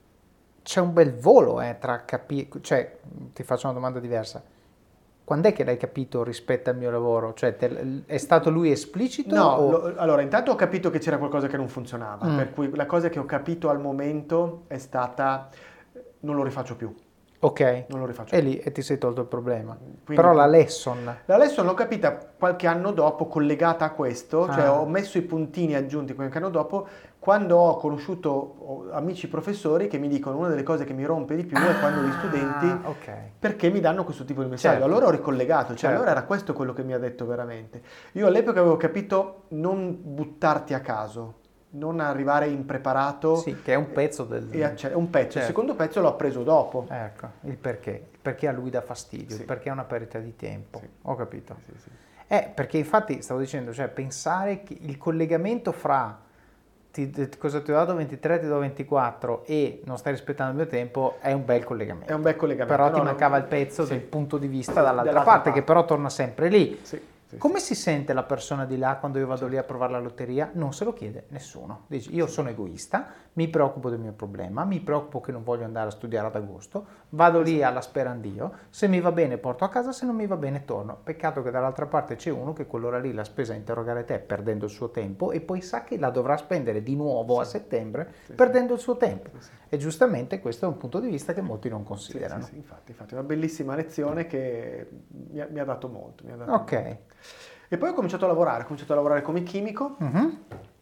c'è un bel volo eh, tra capire, cioè ti faccio una domanda diversa. Quando è che l'hai capito rispetto al mio lavoro? Cioè te, è stato lui esplicito? No, o... lo, allora intanto ho capito che c'era qualcosa che non funzionava, Mm. per cui la cosa che ho capito al momento è stata non lo rifaccio più. Ok, Non lo rifaccio e più. lì e ti sei tolto il problema. Quindi, Però la lesson... La lesson l'ho capita qualche anno dopo, collegata a questo, Ah. cioè ho messo i puntini aggiunti qualche anno dopo, quando ho conosciuto amici professori che mi dicono una delle cose che mi rompe di più ah, è quando gli studenti, okay. perché mi danno questo tipo di messaggio. Certo. Allora ho ricollegato, cioè Certo. allora era questo quello che mi ha detto veramente. Io all'epoca avevo capito non buttarti a caso, non arrivare impreparato. Sì, che è un pezzo del... E acce- un pezzo, certo. Il secondo pezzo l'ho appreso dopo. Ecco, il perché, il perché a lui dà fastidio, Sì. il perché è una perdita di tempo, Sì. ho capito. Sì, sì. Eh, perché infatti stavo dicendo, cioè pensare che il collegamento fra ti, ti- cosa ti ho dato ventitré, ti do ventiquattro e non stai rispettando il mio tempo è un bel collegamento. È un bel collegamento. Però No, ti no, mancava il pezzo sì. del punto di vista dall'altra Dall'altra parte, parte. che però torna sempre lì. Sì. Sì, Come sì. si sente la persona di là quando io vado lì a provare la lotteria? Non se lo chiede nessuno. Dice, io sono egoista, mi preoccupo del mio problema, mi preoccupo che non voglio andare a studiare ad agosto, vado lì alla sperandio, se mi va bene porto a casa, se non mi va bene torno. Peccato che dall'altra parte c'è uno che quell'ora lì l'ha spesa a interrogare te perdendo il suo tempo e poi sa che la dovrà spendere di nuovo sì. a settembre sì, perdendo il suo tempo. Sì, sì. E giustamente questo è un punto di vista che molti non Sì, considerano. sì, sì, infatti, infatti, è una bellissima lezione che mi ha, mi ha dato molto. Mi ha dato Ok. molto. E poi ho cominciato a lavorare, ho cominciato a lavorare come chimico, Uh-huh.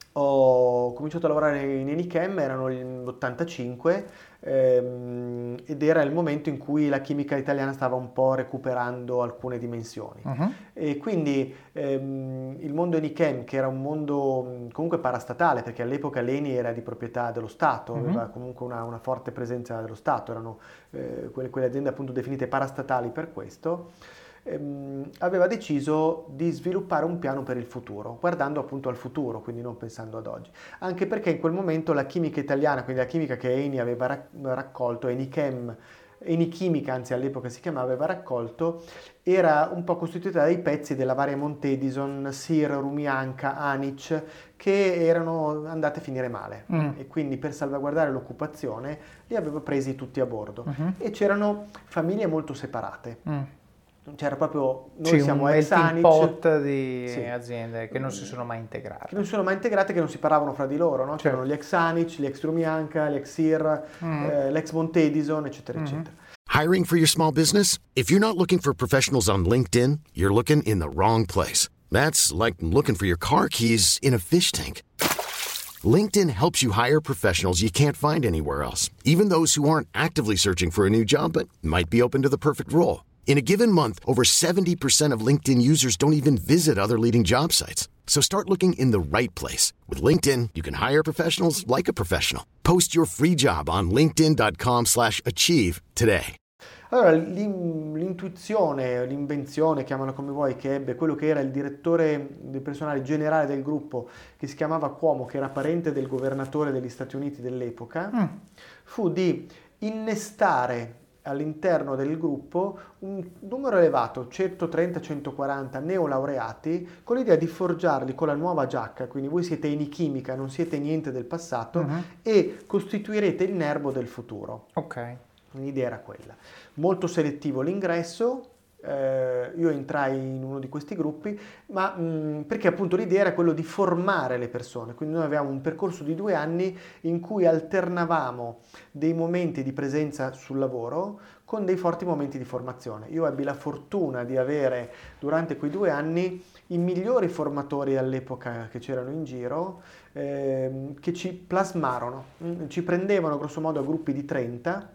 ho cominciato a lavorare in Enichem, erano l'ottantacinque ehm, ed era il momento in cui la chimica italiana stava un po' recuperando alcune dimensioni. Uh-huh. E quindi ehm, il mondo Enichem, che era un mondo comunque parastatale, perché all'epoca l'Eni era di proprietà dello Stato, Uh-huh. aveva comunque una, una forte presenza dello Stato, erano eh, quelle, quelle aziende appunto definite parastatali per questo, ehm, aveva deciso di sviluppare un piano per il futuro, guardando appunto al futuro, quindi non pensando ad oggi. Anche perché in quel momento la chimica italiana, quindi la chimica che Eni aveva rac- raccolto, Enichem, Enichimica anzi all'epoca si chiamava, aveva raccolto, era un po' costituita dai pezzi della varia Montedison, Sir, Rumianca, Anic, che erano andate a finire male. Mm. E quindi per salvaguardare l'occupazione li aveva presi tutti a bordo. Uh-huh. E c'erano famiglie molto separate. Mm. C'era proprio, noi Sì, siamo un ex melting Anic, pot di Sì. aziende che non si sono mai integrate. che non si sono mai integrate, che non si parlavano fra di loro, no? C'erano Certo. gli ex Anic, gli ex Rumianca, gli ex Sir, Mm. eh, l'ex Montedison, eccetera, Mhm. eccetera. Hiring for your small business? If you're not looking for professionals on LinkedIn, you're looking in the wrong place. That's like looking for your car keys in a fish tank. LinkedIn helps you hire professionals you can't find anywhere else, even those who aren't actively searching for a new job but might be open to the perfect role. In a given month, over seventy percent of LinkedIn users don't even visit other leading job sites. So start looking in the right place. With LinkedIn, you can hire professionals like a professional. Post your free job on linkedin.com slash achieve today. Allora, l'in- l'intuizione, l'invenzione, chiamala come vuoi, che ebbe quello che era il direttore del personale generale del gruppo, che si chiamava Cuomo, che era parente del governatore degli Stati Uniti dell'epoca, Mm. fu di innestare all'interno del gruppo un numero elevato, centotrenta centoquaranta neolaureati, con l'idea di forgiarli con la nuova giacca, quindi voi siete Enichimica, non siete niente del passato, Mhm. e costituirete il nervo del futuro. Ok. L'idea era quella. Molto selettivo l'ingresso, eh, io entrai in uno di questi gruppi, ma mh, perché appunto l'idea era quello di formare le persone, quindi noi avevamo un percorso di due anni in cui alternavamo dei momenti di presenza sul lavoro con dei forti momenti di formazione. Io ebbi la fortuna di avere durante quei due anni i migliori formatori all'epoca che c'erano in giro, ehm, che ci plasmarono, mh, ci prendevano grosso modo a gruppi di trenta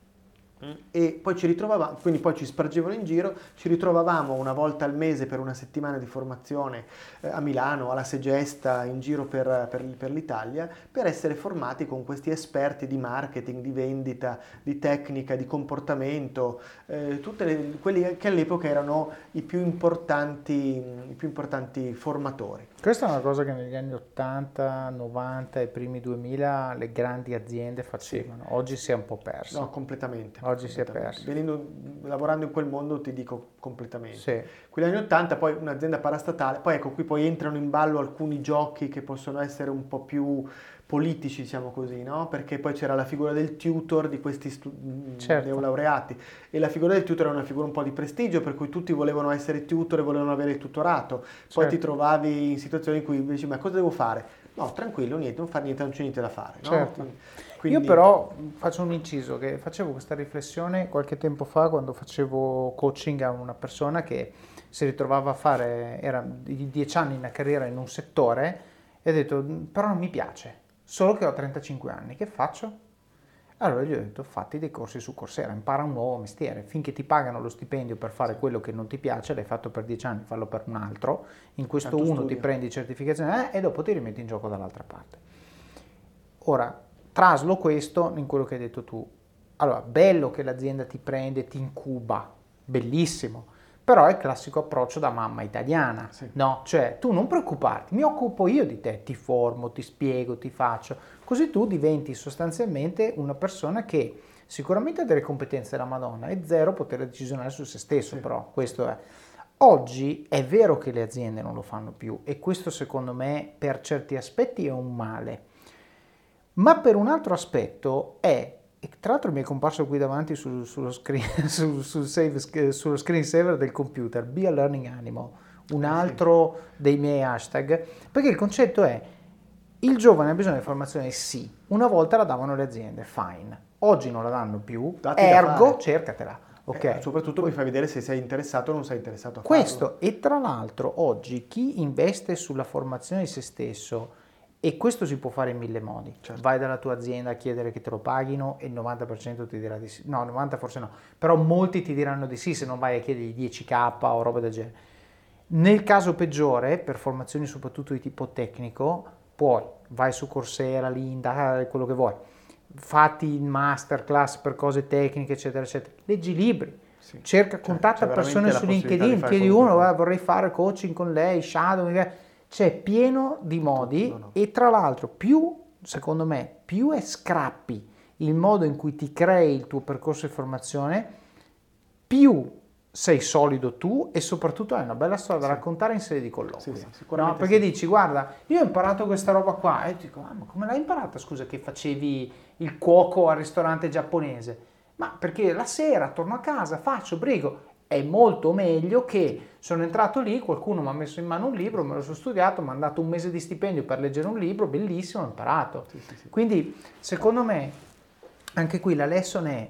e poi ci ritrovavamo, quindi poi ci spargevano in giro, ci ritrovavamo una volta al mese per una settimana di formazione eh, a Milano, alla Segesta, in giro per, per, per l'Italia, per essere formati con questi esperti di marketing, di vendita, di tecnica, di comportamento, eh, tutte le, quelli che all'epoca erano i più importanti, i più importanti formatori. Questa è una cosa che negli anni ottanta, novanta e primi duemila le grandi aziende facevano. Sì. Oggi si è un po' perso. No, completamente. Oggi si è perso. Venendo, lavorando in quel mondo ti dico completamente. Sì. Quegli anni ottanta poi un'azienda parastatale, poi ecco qui poi entrano in ballo alcuni giochi che possono essere un po' più politici, diciamo così, no? Perché poi c'era la figura del tutor di questi stu- certo. neolaureati e la figura del tutor era una figura un po' di prestigio, per cui tutti volevano essere tutor e volevano avere il tutorato. Poi certo. ti trovavi in situazioni in cui dici ma cosa devo fare? No, tranquillo, niente, non fare niente, non c'è niente da fare. No? Certo. Quindi... Io però faccio un inciso, che facevo questa riflessione qualche tempo fa quando facevo coaching a una persona che si ritrovava a fare, era di dieci anni in carriera in un settore e ha detto però non mi piace, solo che ho trentacinque anni, che faccio? Allora gli ho detto fatti dei corsi su Coursera, impara un nuovo mestiere, finché ti pagano lo stipendio per fare quello che non ti piace, l'hai fatto per dieci anni, fallo per un altro, in questo uno studio. Ti prendi certificazione eh, e dopo ti rimetti in gioco dall'altra parte. Ora, traslo questo in quello che hai detto tu. Allora, bello che l'azienda ti prende, ti incuba, bellissimo, però è il classico approccio da mamma italiana, sì. No? Cioè, tu non preoccuparti, mi occupo io di te, ti formo, ti spiego, ti faccio, così tu diventi sostanzialmente una persona che sicuramente ha delle competenze della Madonna e zero potere decisionale su se stesso, sì. Però questo è. Oggi è vero che le aziende non lo fanno più e questo secondo me per certi aspetti è un male. Ma per un altro aspetto è, e tra l'altro mi è comparso qui davanti sul, sullo, screen, sul, sul save, sullo screen saver del computer, Be a Learning Animal, un altro dei miei hashtag, perché il concetto è, il giovane ha bisogno di formazione? Sì, una volta la davano le aziende, fine, oggi non la danno più, Dati ergo cercatela. Okay. Eh, soprattutto mi fai vedere se sei interessato o non sei interessato a questo, farlo. E tra l'altro oggi chi investe sulla formazione di se stesso, e questo si può fare in mille modi, certo. Vai dalla tua azienda a chiedere che te lo paghino e il novanta per cento ti dirà di sì, no, novanta forse no, però molti ti diranno di sì se non vai a chiedergli dieci K o roba del genere. Nel caso peggiore, per formazioni soprattutto di tipo tecnico, puoi, vai su Coursera, Linda, quello che vuoi, fatti il masterclass per cose tecniche, eccetera, eccetera, leggi libri. Sì. Cerca, contatta cioè, persone su LinkedIn, chiedi uno, ah, vorrei fare coaching con lei, shadow, c'è pieno di modi no, no. E tra l'altro più, secondo me, più è scrappi il modo in cui ti crei il tuo percorso di formazione, più sei solido tu e soprattutto hai una bella storia da sì. raccontare in sede di colloquio. Sì, sì, no? Perché sì. dici, guarda, io ho imparato questa roba qua e dico, ah, ma come l'hai imparata? Scusa, che facevi il cuoco al ristorante giapponese? Ma perché la sera torno a casa, faccio, brigo. È molto meglio che sono entrato lì, qualcuno mi ha messo in mano un libro, me lo sono studiato, mi ha dato un mese di stipendio per leggere un libro, bellissimo, ho imparato. Sì, sì, sì. Quindi, secondo me, anche qui la lesson è,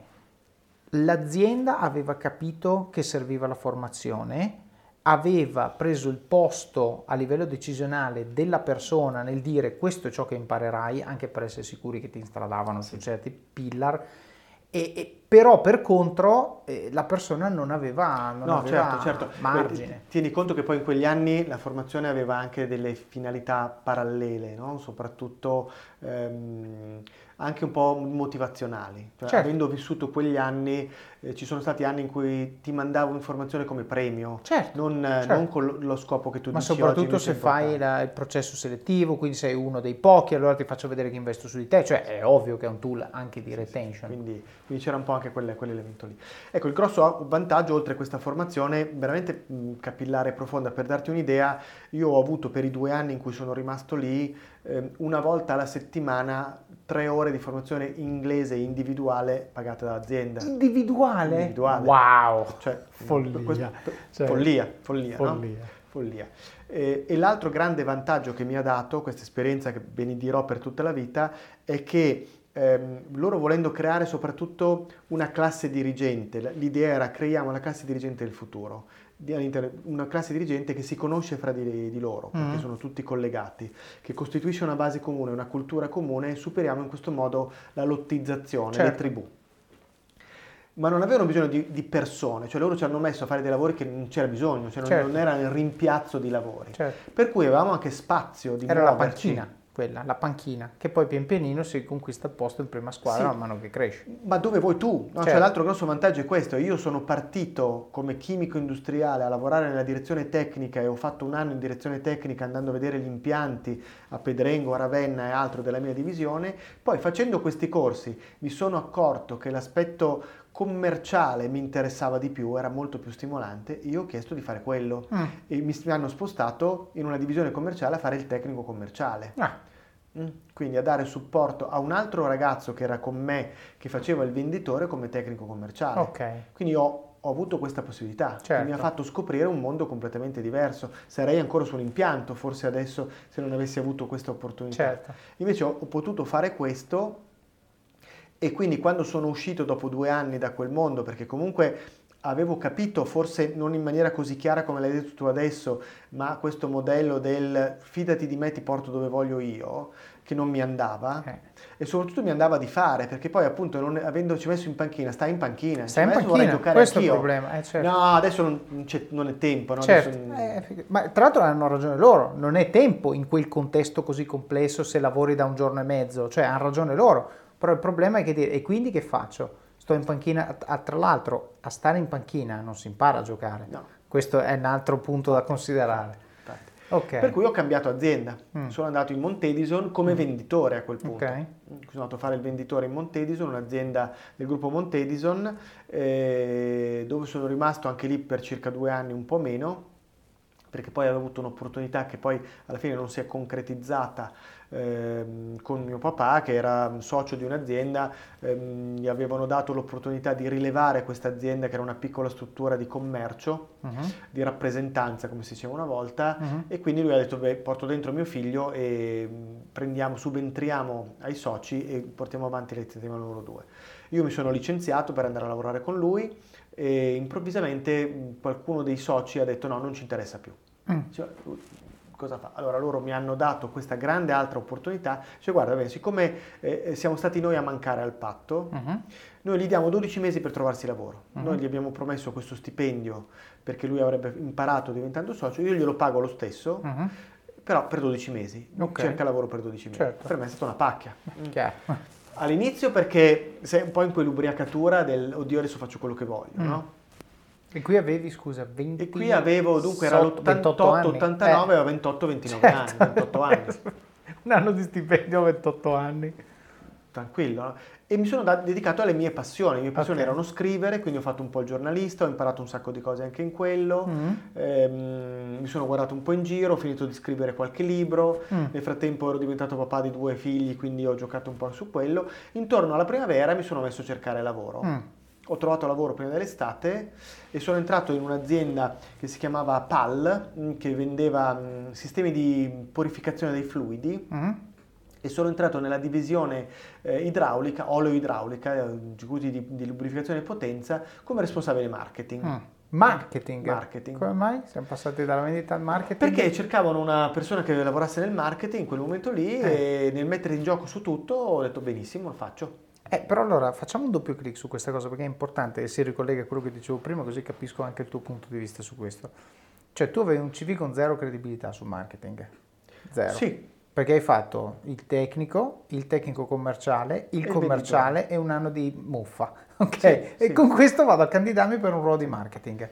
l'azienda aveva capito che serviva la formazione, aveva preso il posto a livello decisionale della persona nel dire questo è ciò che imparerai, anche per essere sicuri che ti instradavano sì. su certi pillar, E, e, però per contro eh, la persona non aveva, non no, aveva certo, certo. margine. Beh, tieni conto che poi in quegli anni la formazione aveva anche delle finalità parallele, no? Soprattutto ehm, anche un po' motivazionali. Cioè, certo. Avendo vissuto quegli anni, eh, ci sono stati anni in cui ti mandavo informazione come premio, certo, non, certo. non con lo scopo che tu Ma dici oggi. Ma soprattutto se fai la, il processo selettivo, quindi sei uno dei pochi, allora ti faccio vedere che investo su di te, cioè è ovvio che è un tool anche di retention. Sì, sì. Quindi, quindi c'era un po' anche quelle, quell'elemento lì. Ecco, il grosso vantaggio, oltre a questa formazione veramente mh, capillare e profonda, per darti un'idea, io ho avuto per i due anni in cui sono rimasto lì, eh, una volta alla settimana tre ore di formazione inglese individuale pagate dall'azienda. Individuale? Individuale. Wow! Cioè, follia. questo- Cioè, follia, follia, no? follia. Follia. E, e l'altro grande vantaggio che mi ha dato questa esperienza, che benedirò per tutta la vita, è che ehm, loro, volendo creare soprattutto una classe dirigente, l- l'idea era: creiamo la classe dirigente del futuro, di- all'interno- una classe dirigente che si conosce fra di, di loro, perché Mm. sono tutti collegati, che costituisce una base comune, una cultura comune, e superiamo in questo modo la lottizzazione, le Certo. tribù. Ma non avevano bisogno di, di persone, cioè loro ci hanno messo a fare dei lavori che non c'era bisogno, cioè non, Certo. non era il rimpiazzo di lavori. Certo. Per cui avevamo anche spazio di Era la muoverci. panchina, quella, la panchina, che poi pian pianino si conquista il posto in prima squadra Sì. man mano che cresce. Ma dove vuoi tu? No? Cioè, Certo. l'altro grosso vantaggio è questo: io sono partito come chimico industriale a lavorare nella direzione tecnica e ho fatto un anno in direzione tecnica andando a vedere gli impianti a Pedrengo, a Ravenna e altro della mia divisione. Poi, facendo questi corsi, mi sono accorto che l'aspetto commerciale mi interessava di più, era molto più stimolante. Io ho chiesto di fare quello Mm. e mi mi hanno spostato in una divisione commerciale a fare il tecnico commerciale. Ah, Mm. Quindi a dare supporto a un altro ragazzo che era con me, che faceva il venditore come tecnico commerciale. ok. Quindi ho, ho avuto questa possibilità, che Certo. mi ha fatto scoprire un mondo completamente diverso. Sarei ancora su un impianto, forse adesso, se non avessi avuto questa opportunità. Certo. Invece ho, ho potuto fare questo, e quindi quando sono uscito dopo due anni da quel mondo, perché comunque avevo capito, forse non in maniera così chiara come l'hai detto tu adesso, ma questo modello del fidati di me, ti porto dove voglio io, che non mi andava, Eh. e soprattutto mi andava di fare, perché poi appunto non, avendoci messo in panchina, stai in panchina, Stai in adesso vorrei panchina, giocare questo è il anch'io. problema, eh, certo. No, adesso non, non c'è- non è tempo, no? Certo, Adesso- eh, fig- ma tra l'altro hanno ragione loro, non è tempo in quel contesto così complesso se lavori da un giorno e mezzo, cioè hanno ragione loro, però il problema è che dire, e quindi che faccio? Sto in panchina, a- tra l'altro a stare in panchina non si impara a giocare, No. questo è un altro punto da considerare. Infatti. Ok. Per cui ho cambiato azienda, Mm. sono andato in Montedison come venditore a quel punto. Ok. Sono andato a fare il venditore in Montedison, un'azienda del gruppo Montedison, eh, dove sono rimasto anche lì per circa due anni, un po' meno, perché poi avevo avuto un'opportunità che poi alla fine non si è concretizzata, ehm, con mio papà, che era un socio di un'azienda. Ehm, gli avevano dato l'opportunità di rilevare questa azienda, che era una piccola struttura di commercio, Mhm. di rappresentanza, come si diceva una volta, Mhm. e quindi lui ha detto: beh, porto dentro mio figlio e mh, prendiamo, subentriamo ai soci e portiamo avanti l'iniziativa loro due. Io mi sono licenziato per andare a lavorare con lui, e improvvisamente mh, qualcuno dei soci ha detto: no, non ci interessa più. Mm. Cioè, lui cosa fa? Allora loro mi hanno dato questa grande altra opportunità, cioè guarda, bene, siccome eh, siamo stati noi a mancare al patto, Mhm. noi gli diamo dodici mesi per trovarsi lavoro. Mhm. Noi gli abbiamo promesso questo stipendio perché lui avrebbe imparato diventando socio, io glielo pago lo stesso, Mhm. però per dodici mesi. Ok. Cerca lavoro per dodici mesi. Certo. Per me è stata una pacchia. Chiaro. All'inizio perché sei un po' in quell'ubriacatura del oddio, adesso faccio quello che voglio, Mm. no? E qui avevi, scusa, venti... E qui avevo, dunque era ventotto l'ottantotto anni. ottantanove, Eh, avevo ventotto ventinove anni, certo. ventotto anni. Un anno di stipendio a ventotto anni. Tranquillo, no? E mi sono da- dedicato alle mie passioni. Le mie passioni Ok. erano scrivere, quindi ho fatto un po' il giornalista, ho imparato un sacco di cose anche in quello. Mm. Ehm, mi sono guardato un po' in giro, ho finito di scrivere qualche libro. Mm. Nel frattempo ero diventato papà di due figli, quindi ho giocato un po' su quello. Intorno alla primavera mi sono messo a cercare lavoro. Mm. Ho trovato lavoro prima dell'estate e sono entrato in un'azienda che si chiamava P A L, mh, che vendeva mh, sistemi di purificazione dei fluidi. Mm. E sono entrato nella divisione eh, idraulica, oleo-idraulica, eh, circuiti di, di lubrificazione e potenza, come responsabile marketing. Mm. Marketing. Marketing. Come mai siamo passati dalla vendita al marketing? Perché cercavano una persona che lavorasse nel marketing in quel momento lì, Eh. e nel mettere in gioco su tutto ho detto benissimo, lo faccio. Eh, però allora facciamo un doppio clic su questa cosa, perché è importante e si ricollega a quello che dicevo prima, così capisco anche il tuo punto di vista su questo. Cioè tu avevi un C V con zero credibilità sul marketing. Zero. Sì. Perché hai fatto il tecnico, il tecnico commerciale, il il commerciale e un anno di muffa. Ok? Sì, e sì. con questo vado a candidarmi per un ruolo di marketing.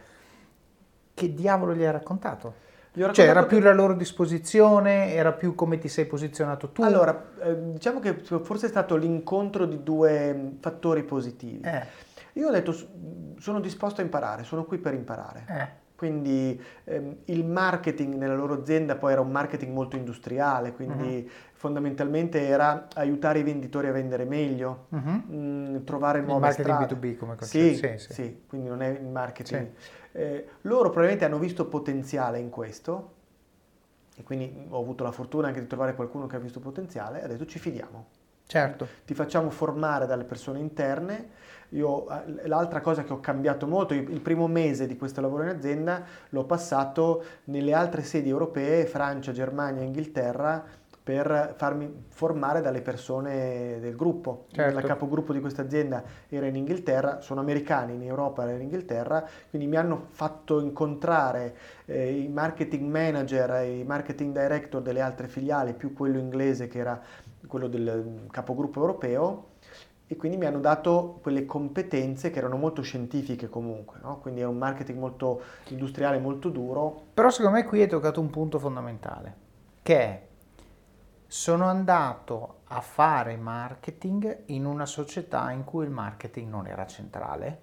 Che diavolo gli hai raccontato? Gli ho Cioè era raccontato più che- la loro disposizione, era più come ti sei posizionato tu? Allora, eh, diciamo che forse è stato l'incontro di due mh, fattori positivi. Eh, Io ho detto: "S- sono disposto a imparare, sono qui per imparare. eh. quindi ehm, il marketing nella loro azienda poi era un marketing molto industriale, quindi uh-huh. fondamentalmente era aiutare i venditori a vendere meglio, uh-huh. mh, trovare il nuove strade. Il marketing strade. B due B come concetto. Sì, sì, sì. sì, quindi non è il marketing. Sì. Eh, loro probabilmente hanno visto potenziale in questo e quindi ho avuto la fortuna anche di trovare qualcuno che ha visto potenziale e ha detto ci fidiamo. Certo. Ti facciamo formare dalle persone interne. Io, l'altra cosa che ho cambiato molto, il primo mese di questo lavoro in azienda l'ho passato nelle altre sedi europee, Francia, Germania, Inghilterra, per farmi formare dalle persone del gruppo. Certo. La capogruppo di questa azienda era in Inghilterra, sono americani, in Europa era in Inghilterra, quindi mi hanno fatto incontrare eh, i marketing manager e i marketing director delle altre filiali, più quello inglese che era quello del capogruppo europeo, e quindi mi hanno dato quelle competenze che erano molto scientifiche comunque, no? Quindi è un marketing molto industriale, molto duro. Però secondo me qui hai toccato un punto fondamentale, che è: sono andato a fare marketing in una società in cui il marketing non era centrale,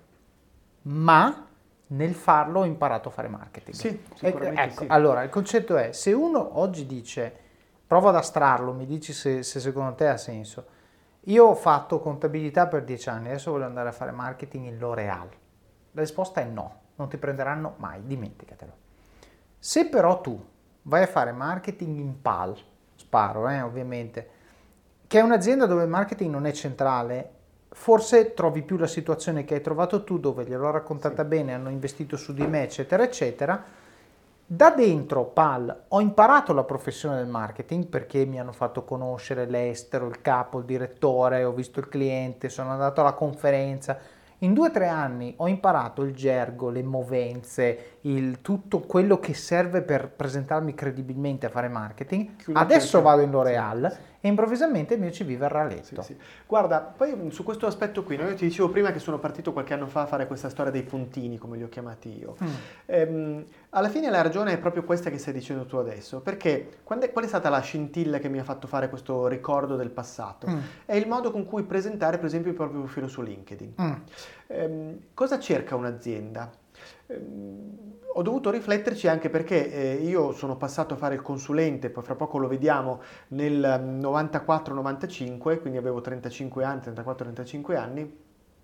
ma nel farlo ho imparato a fare marketing. Sì, sicuramente ecco, sì. Allora, il concetto è, se uno oggi dice, prova ad astrarlo, mi dici se, se secondo te ha senso. Io ho fatto contabilità per dieci anni, adesso voglio andare a fare marketing in L'Oréal. La risposta è no, non ti prenderanno mai, dimenticatelo. Se però tu vai a fare marketing in P A L, sparo eh, ovviamente, che è un'azienda dove il marketing non è centrale, forse trovi più la situazione che hai trovato tu, dove gliel'ho raccontata sì. bene, hanno investito su di me, eccetera, eccetera. Da dentro P A L ho imparato la professione del marketing perché mi hanno fatto conoscere l'estero, il capo, il direttore, ho visto il cliente, sono andato alla conferenza. In due o tre anni ho imparato il gergo, le movenze, il, tutto quello che serve per presentarmi credibilmente a fare marketing. Chiudo Adesso vado in L'Oréal sì, sì. e improvvisamente il mio C V verrà letto. Sì, sì. Guarda, poi su questo aspetto qui, no? Io ti dicevo prima che sono partito qualche anno fa a fare questa storia dei puntini, come li ho chiamati io. Mm. Ehm, alla fine la ragione è proprio questa che stai dicendo tu adesso, perché quando è, qual è stata la scintilla che mi ha fatto fare questo ricordo del passato? Mm. È il modo con cui presentare, per esempio, il proprio profilo su LinkedIn. Mm. Ehm, cosa cerca un'azienda? Ehm, ho dovuto rifletterci anche perché eh, io sono passato a fare il consulente, poi fra poco lo vediamo, nel novantaquattro novantacinque, quindi avevo trentacinque anni, trentaquattro trentacinque anni.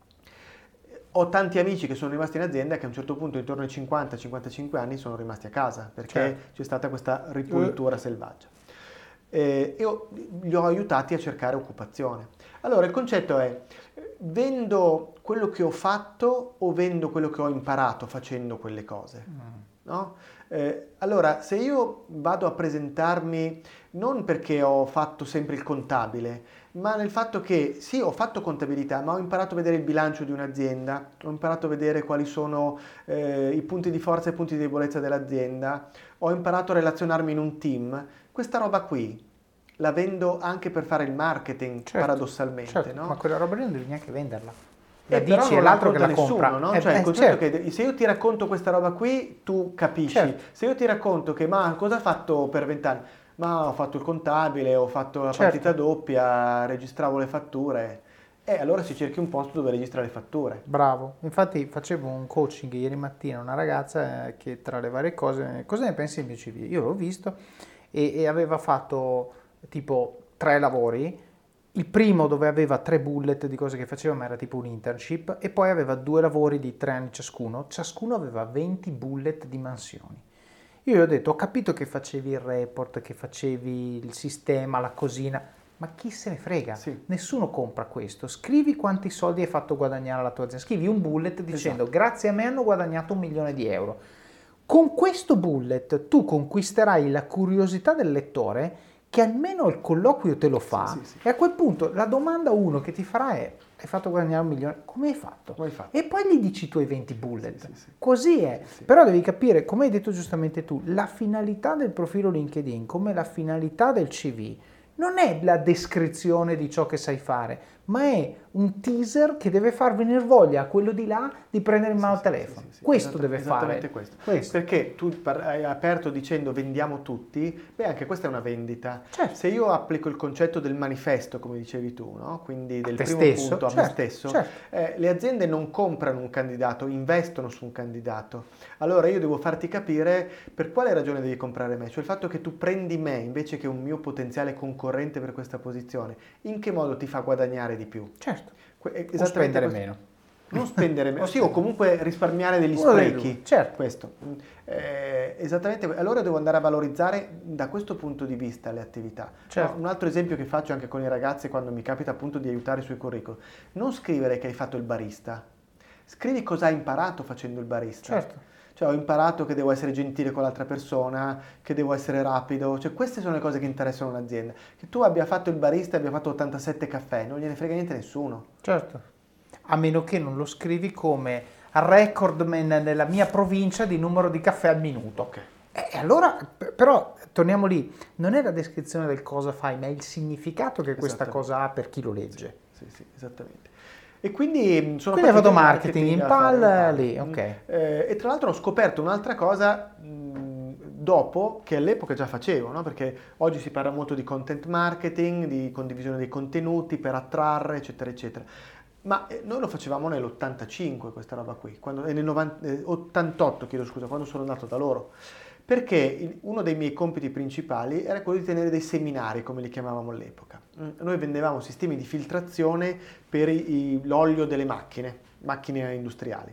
Ho tanti amici che sono rimasti in azienda che a un certo punto intorno ai cinquanta cinquantacinque anni sono rimasti a casa perché certo. c'è stata questa ripulitura selvaggia. Eh, io li ho aiutati a cercare occupazione. Allora il concetto è: vendo quello che ho fatto o vendo quello che ho imparato facendo quelle cose? Mm. No? Eh, allora, se io vado a presentarmi non perché ho fatto sempre il contabile, ma nel fatto che sì, ho fatto contabilità, ma ho imparato a vedere il bilancio di un'azienda, ho imparato a vedere quali sono eh, i punti di forza e i punti di debolezza dell'azienda, ho imparato a relazionarmi in un team, questa roba qui la vendo anche per fare il marketing, certo, paradossalmente. Certo, no? Ma quella roba lì non devi neanche venderla. La e dici però non è l'altro che la nessuno, compra. No? Eh, Cioè, eh, il concetto certo. che se io ti racconto questa roba qui, tu capisci. Certo. Se io ti racconto che ma cosa ha fatto per vent'anni? Ma ho fatto il contabile, ho fatto la certo. partita doppia, registravo le fatture. E allora si cerchi un posto dove registra le fatture. Bravo. Infatti facevo un coaching ieri mattina a una ragazza che tra le varie cose, cosa ne pensi del mio C V? Io l'ho visto e, e aveva fatto tipo tre lavori. Il primo dove aveva tre bullet di cose che faceva, ma era tipo un internship, e poi aveva due lavori di tre anni ciascuno. Ciascuno aveva venti bullet di mansioni. Io gli ho detto, ho capito che facevi il report, che facevi il sistema, la cosina, ma chi se ne frega? Sì. Nessuno compra questo. Scrivi quanti soldi hai fatto guadagnare alla tua azienda. Scrivi un bullet dicendo, esatto, grazie a me hanno guadagnato un milione di euro. Con questo bullet tu conquisterai la curiosità del lettore, che almeno il colloquio te lo fa, sì, sì, sì. E a quel punto la domanda uno che ti farà è: hai fatto guadagnare un milione? Come hai fatto? Come hai fatto? E poi gli dici i tuoi venti bullet. Sì, sì, sì. Così è. Sì, sì. Però devi capire, come hai detto giustamente tu, la finalità del profilo LinkedIn, come la finalità del C V, non è la descrizione di ciò che sai fare, ma è un teaser che deve far venire voglia a quello di là di prendere in mano sì, il telefono. Sì, sì, sì, questo esatt- deve esattamente fare. Questo. Questo. Perché tu par- hai aperto dicendo vendiamo tutti, beh anche questa è una vendita. Certo. Se io applico il concetto del manifesto, come dicevi tu, no? Quindi del te primo stesso, punto a certo, me stesso, certo. eh, le aziende non comprano un candidato, investono su un candidato. Allora io devo farti capire per quale ragione devi comprare me, cioè il fatto che tu prendi me invece che un mio potenziale concorrente per questa posizione, in che modo ti fa guadagnare di più? Certo. Que- O spendere questo. meno. Non spendere meno, sì, o comunque risparmiare degli Uno dei sprechi. due, certo. Questo. Eh, esattamente, allora devo andare a valorizzare da questo punto di vista le attività. Certo. No, un altro esempio che faccio anche con i ragazzi quando mi capita appunto di aiutare sui curriculum, non scrivere che hai fatto il barista, scrivi cosa hai imparato facendo il barista. Certo. Cioè ho imparato che devo essere gentile con l'altra persona, che devo essere rapido, cioè queste sono le cose che interessano un'azienda. Che tu abbia fatto il barista e abbia fatto ottantasette caffè, non gliene frega niente a nessuno. Certo. A meno che non lo scrivi come recordman nella mia provincia di numero di caffè al minuto. Ok. E allora, però, torniamo lì, non è la descrizione del cosa fai, ma è il significato che questa cosa ha per chi lo legge. Sì, sì, esattamente. E quindi sono Quindi hai fatto marketing, marketing in a fare, palla in lì, palla. ok. Eh, e tra l'altro ho scoperto un'altra cosa mh, dopo, che all'epoca già facevo, no? Perché oggi si parla molto di content marketing, di condivisione dei contenuti per attrarre, eccetera, eccetera. Ma eh, noi lo facevamo nell'ottantacinque questa roba qui, quando, eh, nel novanta, eh, ottantotto, chiedo scusa, quando sono andato da loro. Perché il, uno dei miei compiti principali era quello di tenere dei seminari, come li chiamavamo all'epoca. Mm, Noi vendevamo sistemi di filtrazione per i- i- l'olio delle macchine, macchine industriali.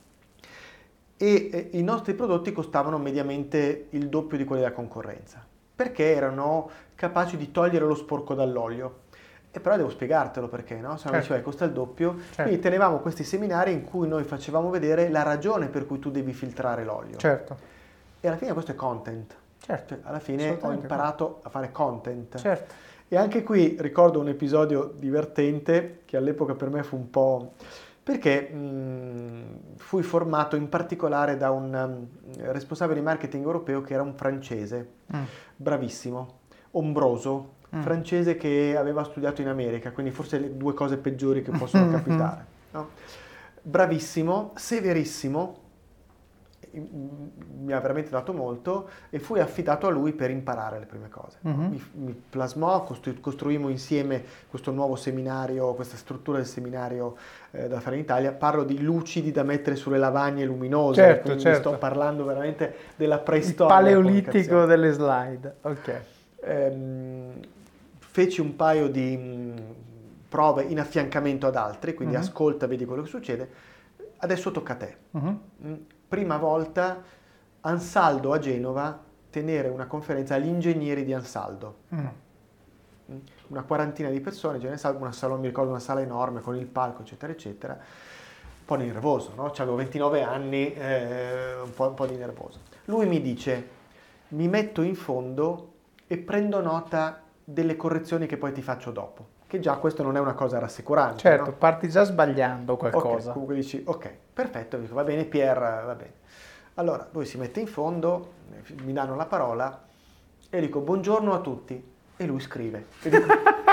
E eh, i nostri prodotti costavano mediamente il doppio di quelli della concorrenza, perché erano capaci di togliere lo sporco dall'olio. E però devo spiegartelo perché, no? Se no Certo. diceva costa il doppio. Certo. Quindi tenevamo questi seminari in cui noi facevamo vedere la ragione per cui tu devi filtrare l'olio. Certo. E alla fine questo è content. Certo. Cioè, alla fine ho Assolutamente. imparato a fare content. Certo. E anche qui ricordo un episodio divertente che all'epoca per me fu un po'... perché mh, fui formato in particolare da un um, responsabile di marketing europeo che era un francese, Mm. bravissimo, ombroso, Mm. francese che aveva studiato in America, quindi forse le due cose peggiori che possono capitare. No? Bravissimo, severissimo, mi ha veramente dato molto e fui affidato a lui per imparare le prime cose. Mhm. Mi, mi plasmò, costru- costruimmo insieme questo nuovo seminario, questa struttura del seminario eh, da fare in Italia. Parlo di lucidi da mettere sulle lavagne luminose, Certo, quindi certo. sto parlando veramente della Il preistoria. paleolitico delle slide. Ok. Ehm, feci un paio di mh, prove in affiancamento ad altri, quindi Mhm. ascolta, vedi quello che succede. Adesso tocca a te. Mhm. Mm, Prima volta Ansaldo a Genova tenere una conferenza agli ingegneri di Ansaldo. Mm. Mm, Una quarantina di persone, in genere, una sala, mi ricordo una sala enorme con il palco, eccetera, eccetera. Un po' nervoso, no? Avevo ventinove anni, eh, un, po', un po' di nervoso. Lui mi dice, mi metto in fondo e prendo nota delle correzioni che poi ti faccio dopo. Che già questo non è una cosa rassicurante. Certo, no? parti già sbagliando qualcosa. Ok, comunque dici, ok, perfetto, dico, va bene, Pier, va bene. Allora, lui si mette in fondo, mi danno la parola e dico, buongiorno a tutti, e lui scrive. E dico,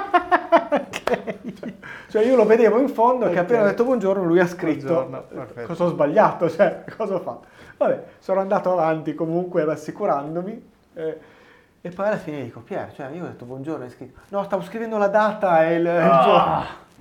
cioè, cioè io lo vedevo in fondo, che appena ho detto buongiorno, lui ha scritto, Buongiorno, perfetto. cosa ho sbagliato, cioè, cosa ho fatto? Vabbè, sono andato avanti comunque rassicurandomi, eh, e poi alla fine dico, Pier, cioè io ho detto buongiorno, hai scritto, no, stavo scrivendo la data e il, il giorno.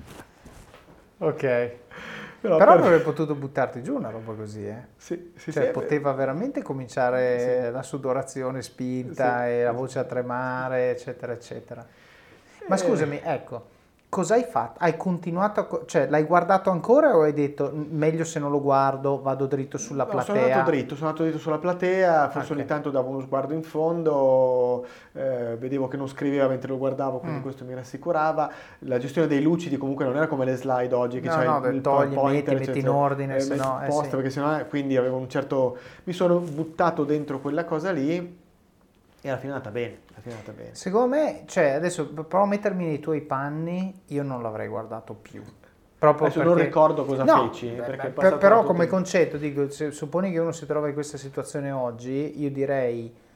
Ok. Però, Però per- avrebbe potuto buttarti giù una roba così, eh. Sì, sì, Cioè, sì, poteva veramente cominciare Sì. la sudorazione spinta Sì. e la voce a tremare, eccetera, eccetera. Ma Eh. scusami, ecco, cosa hai fatto? Hai continuato a... co- cioè, l'hai guardato ancora o hai detto "M- meglio se non lo guardo, vado dritto sulla No, platea"? sono andato dritto, sono andato dritto sulla platea, forse Ok. ogni tanto davo uno sguardo in fondo, eh, vedevo che non scriveva mentre lo guardavo, quindi Mm. questo mi rassicurava. La gestione dei lucidi comunque non era come le slide oggi, che No, c'hai no, il, del il togli, pointer, metti, metti in eccetera. ordine, se metti no, eh, post, sì. perché sennò, eh, quindi avevo un certo... mi sono buttato dentro quella cosa lì e alla fine è andata bene, alla fine è andata bene. Secondo me, cioè, adesso provo a mettermi nei tuoi panni, io non l'avrei guardato più. Proprio Adesso non perché- ricordo cosa No, feci, beh, perché è beh, passato però tanto come tempo. concetto, dico, se supponi che uno si trova in questa situazione oggi, io direi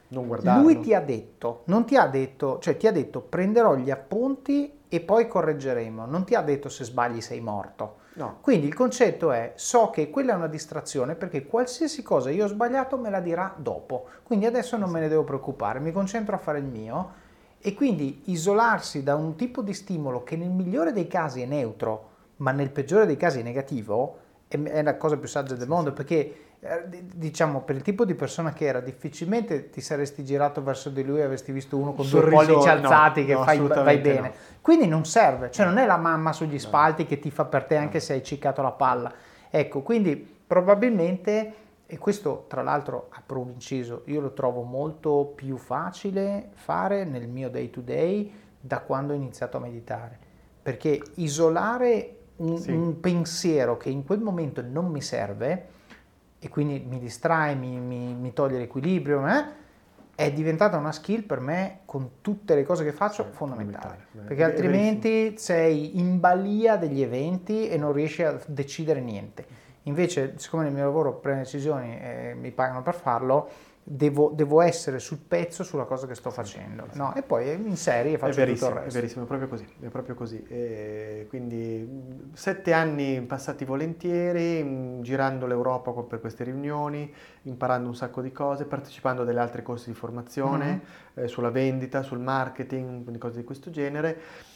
non guardarlo. Lui ti ha detto, non ti ha detto, cioè ti ha detto prenderò gli appunti e poi correggeremo, non ti ha detto se sbagli sei morto. No. Quindi il concetto è, so che quella è una distrazione perché qualsiasi cosa io ho sbagliato me la dirà dopo, quindi adesso non me ne devo preoccupare, mi concentro a fare il mio, e quindi isolarsi da un tipo di stimolo che nel migliore dei casi è neutro, ma nel peggiore dei casi è negativo, è, è la cosa più saggia del mondo, perché eh, diciamo per il tipo di persona che era, difficilmente ti saresti girato verso di lui e avresti visto uno con due Sorriso, pollici alzati no, che no, fai, vai assolutamente bene. no. Quindi non serve, cioè non è la mamma sugli spalti che ti fa per te anche se hai ciccato la palla. Ecco, quindi probabilmente, e questo tra l'altro apro un inciso, io lo trovo molto più facile fare nel mio day to day da quando ho iniziato a meditare, perché isolare un, Sì. un pensiero che in quel momento non mi serve e quindi mi distrae, mi, mi, mi toglie l'equilibrio, eh, è diventata una skill per me con tutte le cose che faccio Sì, fondamentale, fondamentale. perché È altrimenti sei in balia degli eventi e non riesci a decidere niente. Invece, siccome nel mio lavoro prendo decisioni e mi pagano per farlo, devo, devo essere sul pezzo sulla cosa che sto facendo, sì. no? E poi in serie È faccio verissimo, tutto il è resto. verissimo, è proprio così, è proprio così. E quindi mh, sette anni passati volentieri, mh, girando l'Europa co- per queste riunioni, imparando un sacco di cose, partecipando a delle altre corsi di formazione, Mm-hmm. eh, sulla vendita, sul marketing, quindi cose di questo genere.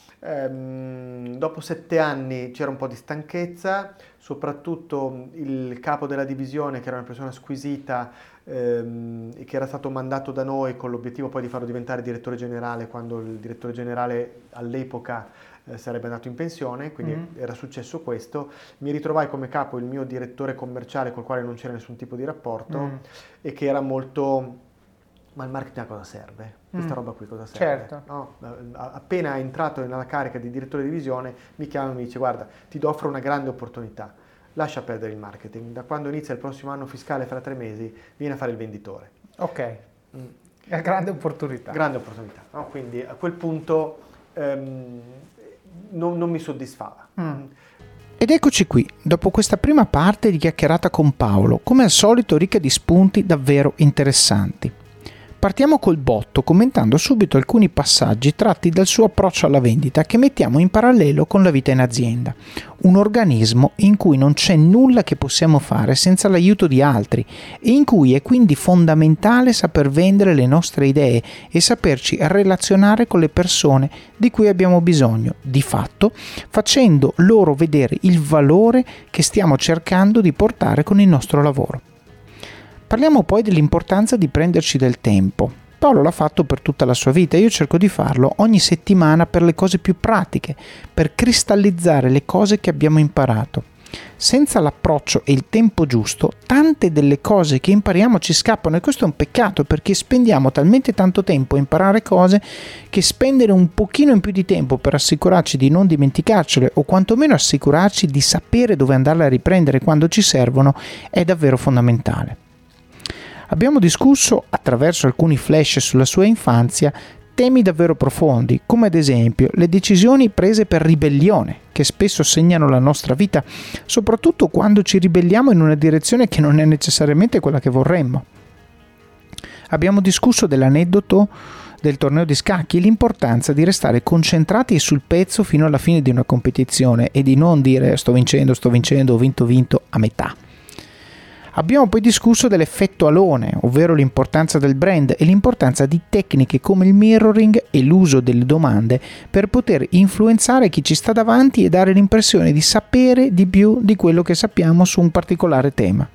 Ehm, dopo sette anni c'era un po' di stanchezza, soprattutto il capo della divisione, che era una persona squisita, ehm, e che era stato mandato da noi con l'obiettivo poi di farlo diventare direttore generale quando il direttore generale all'epoca eh, sarebbe andato in pensione, quindi Mm. era successo questo. Mi ritrovai come capo il mio direttore commerciale col quale non c'era nessun tipo di rapporto Mm. e che era molto... Ma il marketing a cosa serve? Questa Mm. roba qui cosa serve? Certo. No? Appena entrato nella carica di direttore di divisione mi chiama e mi dice: guarda, ti offro una grande opportunità, lascia perdere il marketing, da quando inizia il prossimo anno fiscale fra tre mesi vieni a fare il venditore. Ok, Mm. è una grande opportunità. Grande opportunità, no? Quindi a quel punto ehm, non, non mi soddisfava. Mm. Ed eccoci qui, dopo questa prima parte di chiacchierata con Paolo, come al solito ricca di spunti davvero interessanti. Partiamo col botto, commentando subito alcuni passaggi tratti dal suo approccio alla vendita che mettiamo in parallelo con la vita in azienda, un organismo in cui non c'è nulla che possiamo fare senza l'aiuto di altri e in cui è quindi fondamentale saper vendere le nostre idee e saperci relazionare con le persone di cui abbiamo bisogno, di fatto facendo loro vedere il valore che stiamo cercando di portare con il nostro lavoro. Parliamo poi dell'importanza di prenderci del tempo. Paolo l'ha fatto per tutta la sua vita, io cerco di farlo ogni settimana per le cose più pratiche, per cristallizzare le cose che abbiamo imparato. Senza l'approccio e il tempo giusto, tante delle cose che impariamo ci scappano e questo è un peccato perché spendiamo talmente tanto tempo a imparare cose che spendere un pochino in più di tempo per assicurarci di non dimenticarcele o quantomeno assicurarci di sapere dove andarle a riprendere quando ci servono è davvero fondamentale. Abbiamo discusso, attraverso alcuni flash sulla sua infanzia, temi davvero profondi, come ad esempio le decisioni prese per ribellione, che spesso segnano la nostra vita, soprattutto quando ci ribelliamo in una direzione che non è necessariamente quella che vorremmo. Abbiamo discusso dell'aneddoto del torneo di scacchi e l'importanza di restare concentrati e sul pezzo fino alla fine di una competizione e di non dire sto vincendo, sto vincendo, ho vinto, vinto a metà. Abbiamo poi discusso dell'effetto alone, ovvero l'importanza del brand e l'importanza di tecniche come il mirroring e l'uso delle domande per poter influenzare chi ci sta davanti e dare l'impressione di sapere di più di quello che sappiamo su un particolare tema.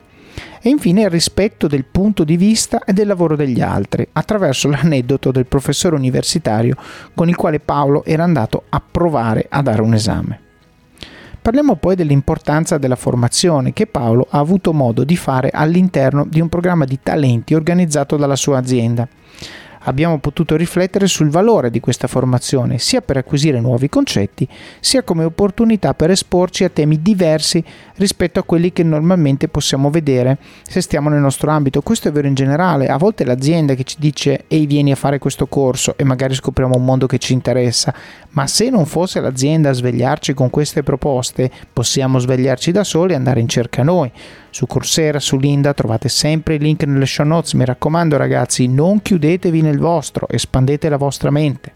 E infine il rispetto del punto di vista e del lavoro degli altri, attraverso l'aneddoto del professore universitario con il quale Paolo era andato a provare a dare un esame. Parliamo poi dell'importanza della formazione che Paolo ha avuto modo di fare all'interno di un programma di talenti organizzato dalla sua azienda. Abbiamo potuto riflettere sul valore di questa formazione, sia per acquisire nuovi concetti, sia come opportunità per esporci a temi diversi rispetto a quelli che normalmente possiamo vedere se stiamo nel nostro ambito. Questo è vero in generale. A volte l'azienda che ci dice ehi, vieni a fare questo corso, e magari scopriamo un mondo che ci interessa, ma se non fosse l'azienda a svegliarci con queste proposte, possiamo svegliarci da soli e andare in cerca noi. Su Coursera, su Lynda trovate sempre il link nelle show notes. Mi raccomando ragazzi, non chiudetevi nel vostro, espandete la vostra mente.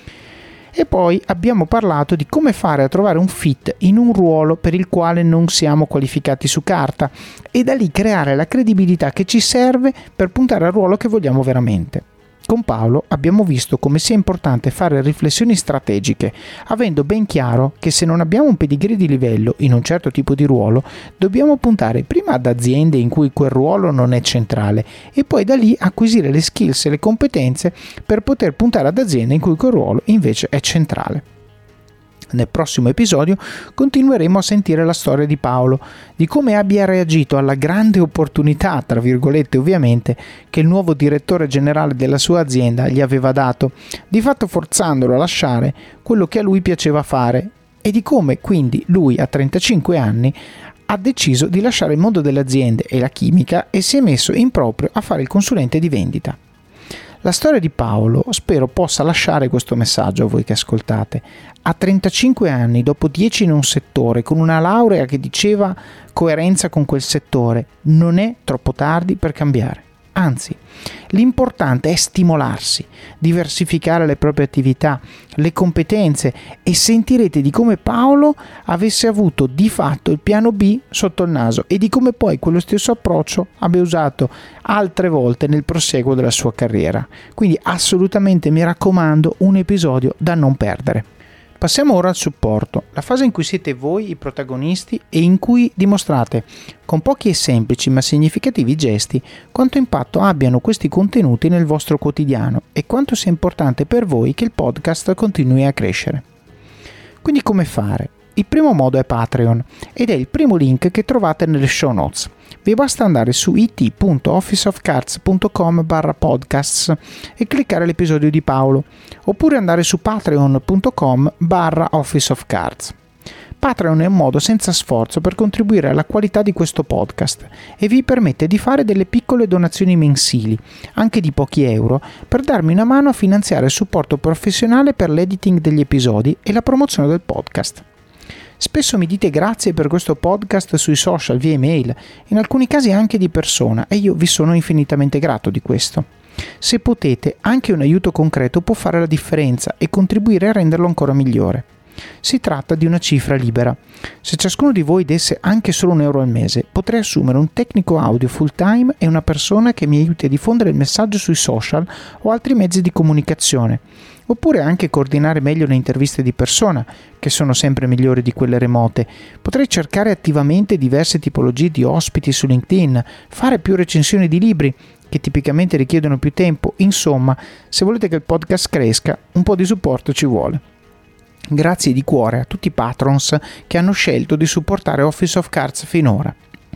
E poi abbiamo parlato di come fare a trovare un fit in un ruolo per il quale non siamo qualificati su carta, e da lì creare la credibilità che ci serve per puntare al ruolo che vogliamo veramente. Con Paolo abbiamo visto come sia importante fare riflessioni strategiche, avendo ben chiaro che se non abbiamo un pedigree di livello in un certo tipo di ruolo, dobbiamo puntare prima ad aziende in cui quel ruolo non è centrale, e poi da lì acquisire le skills e le competenze per poter puntare ad aziende in cui quel ruolo invece è centrale. Nel prossimo episodio continueremo a sentire la storia di Paolo, di come abbia reagito alla grande opportunità, tra virgolette ovviamente, che il nuovo direttore generale della sua azienda gli aveva dato, di fatto forzandolo a lasciare quello che a lui piaceva fare, e di come quindi lui a trentacinque anni ha deciso di lasciare il mondo delle aziende e la chimica e si è messo in proprio a fare il consulente di vendita. La storia di Paolo spero possa lasciare questo messaggio a voi che ascoltate. A trentacinque anni, dopo dieci in un settore, con una laurea che diceva coerenza con quel settore, non è troppo tardi per cambiare. Anzi, l'importante è stimolarsi, diversificare le proprie attività, le competenze, e sentirete di come Paolo avesse avuto di fatto il piano B sotto il naso e di come poi quello stesso approccio abbia usato altre volte nel proseguo della sua carriera. Quindi assolutamente mi raccomando, un episodio da non perdere. Passiamo ora al supporto, la fase in cui siete voi i protagonisti e in cui dimostrate con pochi e semplici ma significativi gesti quanto impatto abbiano questi contenuti nel vostro quotidiano e quanto sia importante per voi che il podcast continui a crescere. Quindi come fare? Il primo modo è Patreon ed è il primo link che trovate nelle show notes. Vi basta andare su it punto officeofcards punto com barra podcasts e cliccare l'episodio di Paolo, oppure andare su patreon punto com barra officeofcards. Patreon è un modo senza sforzo per contribuire alla qualità di questo podcast e vi permette di fare delle piccole donazioni mensili, anche di pochi euro, per darmi una mano a finanziare il supporto professionale per l'editing degli episodi e la promozione del podcast. Spesso mi dite grazie per questo podcast sui social, via email, in alcuni casi anche di persona, e io vi sono infinitamente grato di questo. Se potete, anche un aiuto concreto può fare la differenza e contribuire a renderlo ancora migliore. Si tratta di una cifra libera. Se ciascuno di voi desse anche solo un euro al mese, potrei assumere un tecnico audio full time e una persona che mi aiuti a diffondere il messaggio sui social o altri mezzi di comunicazione, oppure anche coordinare meglio le interviste di persona, che sono sempre migliori di quelle remote. Potrei cercare attivamente diverse tipologie di ospiti su LinkedIn, fare più recensioni di libri, che tipicamente richiedono più tempo. Insomma, se volete che il podcast cresca, un po' di supporto ci vuole. Grazie di cuore a tutti i patrons che hanno scelto di supportare Office of Cards finora.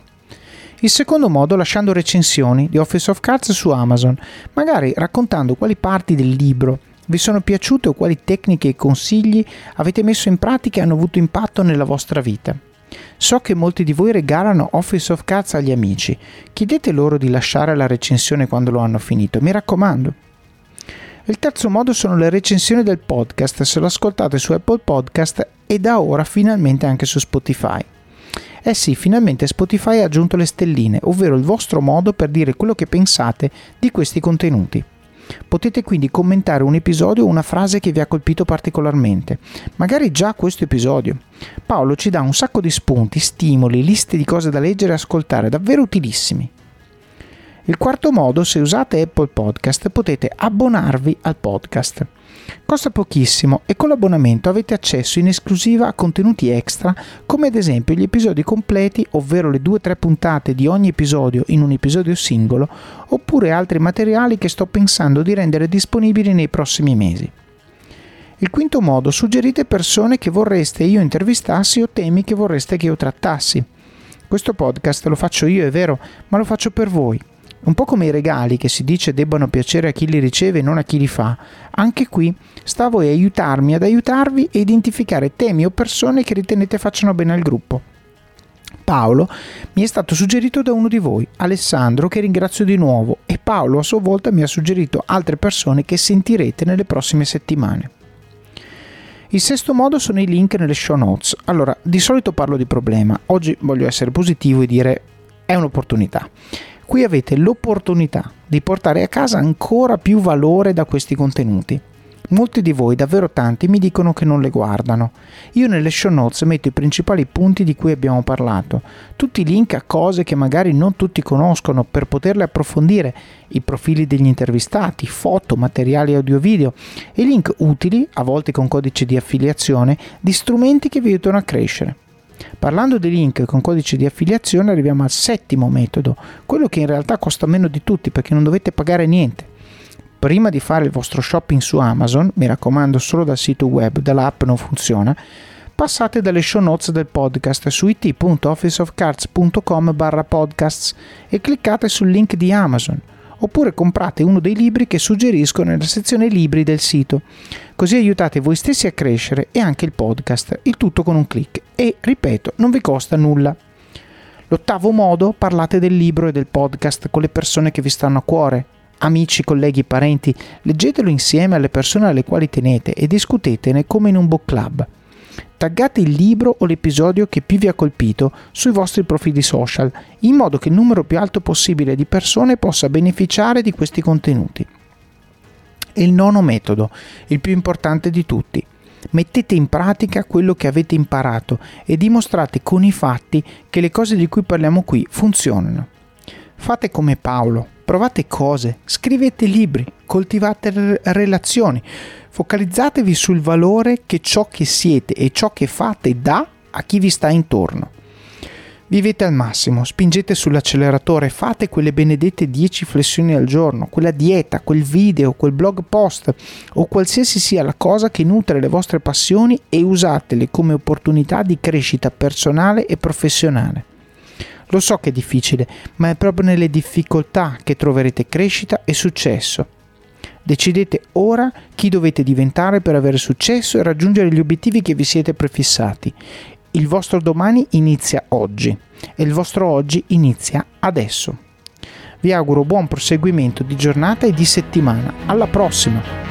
Il secondo modo, lasciando recensioni di Office of Cards su Amazon, magari raccontando quali parti del libro vi sono piaciute o quali tecniche e consigli avete messo in pratica e hanno avuto impatto nella vostra vita. So che molti di voi regalano Office of Cards agli amici. Chiedete loro di lasciare la recensione quando lo hanno finito, mi raccomando. Il terzo modo sono le recensioni del podcast, se lo ascoltate su Apple Podcast e da ora finalmente anche su Spotify. Eh sì, finalmente Spotify ha aggiunto le stelline, ovvero il vostro modo per dire quello che pensate di questi contenuti. Potete quindi commentare un episodio o una frase che vi ha colpito particolarmente, magari già questo episodio. Paolo ci dà un sacco di spunti, stimoli, liste di cose da leggere e ascoltare, davvero utilissimi. Il quarto modo, se usate Apple Podcast, potete abbonarvi al podcast. Costa pochissimo e con l'abbonamento avete accesso in esclusiva a contenuti extra, come ad esempio gli episodi completi, ovvero le due o tre puntate di ogni episodio in un episodio singolo, oppure altri materiali che sto pensando di rendere disponibili nei prossimi mesi. Il quinto modo, suggerite persone che vorreste io intervistassi o temi che vorreste che io trattassi. Questo podcast lo faccio io, è vero, ma lo faccio per voi. Un po' come i regali che si dice debbano piacere a chi li riceve e non a chi li fa, anche qui sta a voi aiutarmi ad aiutarvi e identificare temi o persone che ritenete facciano bene al gruppo. Paolo mi è stato suggerito da uno di voi, Alessandro, che ringrazio di nuovo, e Paolo a sua volta mi ha suggerito altre persone che sentirete nelle prossime settimane. Il sesto modo sono i link nelle show notes. Allora, di solito parlo di problema, oggi voglio essere positivo e dire è un'opportunità. Qui avete l'opportunità di portare a casa ancora più valore da questi contenuti. Molti di voi, davvero tanti, mi dicono che non le guardano. Io nelle show notes metto i principali punti di cui abbiamo parlato, tutti i link a cose che magari non tutti conoscono per poterle approfondire, i profili degli intervistati, foto, materiali audio-video e link utili, a volte con codice di affiliazione, di strumenti che vi aiutano a crescere. Parlando di link con codice di affiliazione arriviamo al settimo metodo, quello che in realtà costa meno di tutti perché non dovete pagare niente. Prima di fare il vostro shopping su Amazon, mi raccomando solo dal sito web, dall'app non funziona, passate dalle show notes del podcast su it punto office of cards punto com barra podcasts e cliccate sul link di Amazon, oppure comprate uno dei libri che suggerisco nella sezione libri del sito, così aiutate voi stessi a crescere e anche il podcast, il tutto con un click e, ripeto, non vi costa nulla. L'ottavo modo, parlate del libro e del podcast con le persone che vi stanno a cuore. Amici, colleghi, parenti, leggetelo insieme alle persone alle quali tenete e discutetene come in un book club. Taggate il libro o l'episodio che più vi ha colpito sui vostri profili social, in modo che il numero più alto possibile di persone possa beneficiare di questi contenuti. E il nono metodo, il più importante di tutti. Mettete in pratica quello che avete imparato e dimostrate con i fatti che le cose di cui parliamo qui funzionano. Fate come Paolo. Provate cose, scrivete libri, coltivate re- relazioni, focalizzatevi sul valore che ciò che siete e ciò che fate dà a chi vi sta intorno. Vivete al massimo, spingete sull'acceleratore, fate quelle benedette dieci flessioni al giorno, quella dieta, quel video, quel blog post o qualsiasi sia la cosa che nutre le vostre passioni e usatele come opportunità di crescita personale e professionale. Lo so che è difficile, ma è proprio nelle difficoltà che troverete crescita e successo. Decidete ora chi dovete diventare per avere successo e raggiungere gli obiettivi che vi siete prefissati. Il vostro domani inizia oggi e il vostro oggi inizia adesso. Vi auguro buon proseguimento di giornata e di settimana. Alla prossima!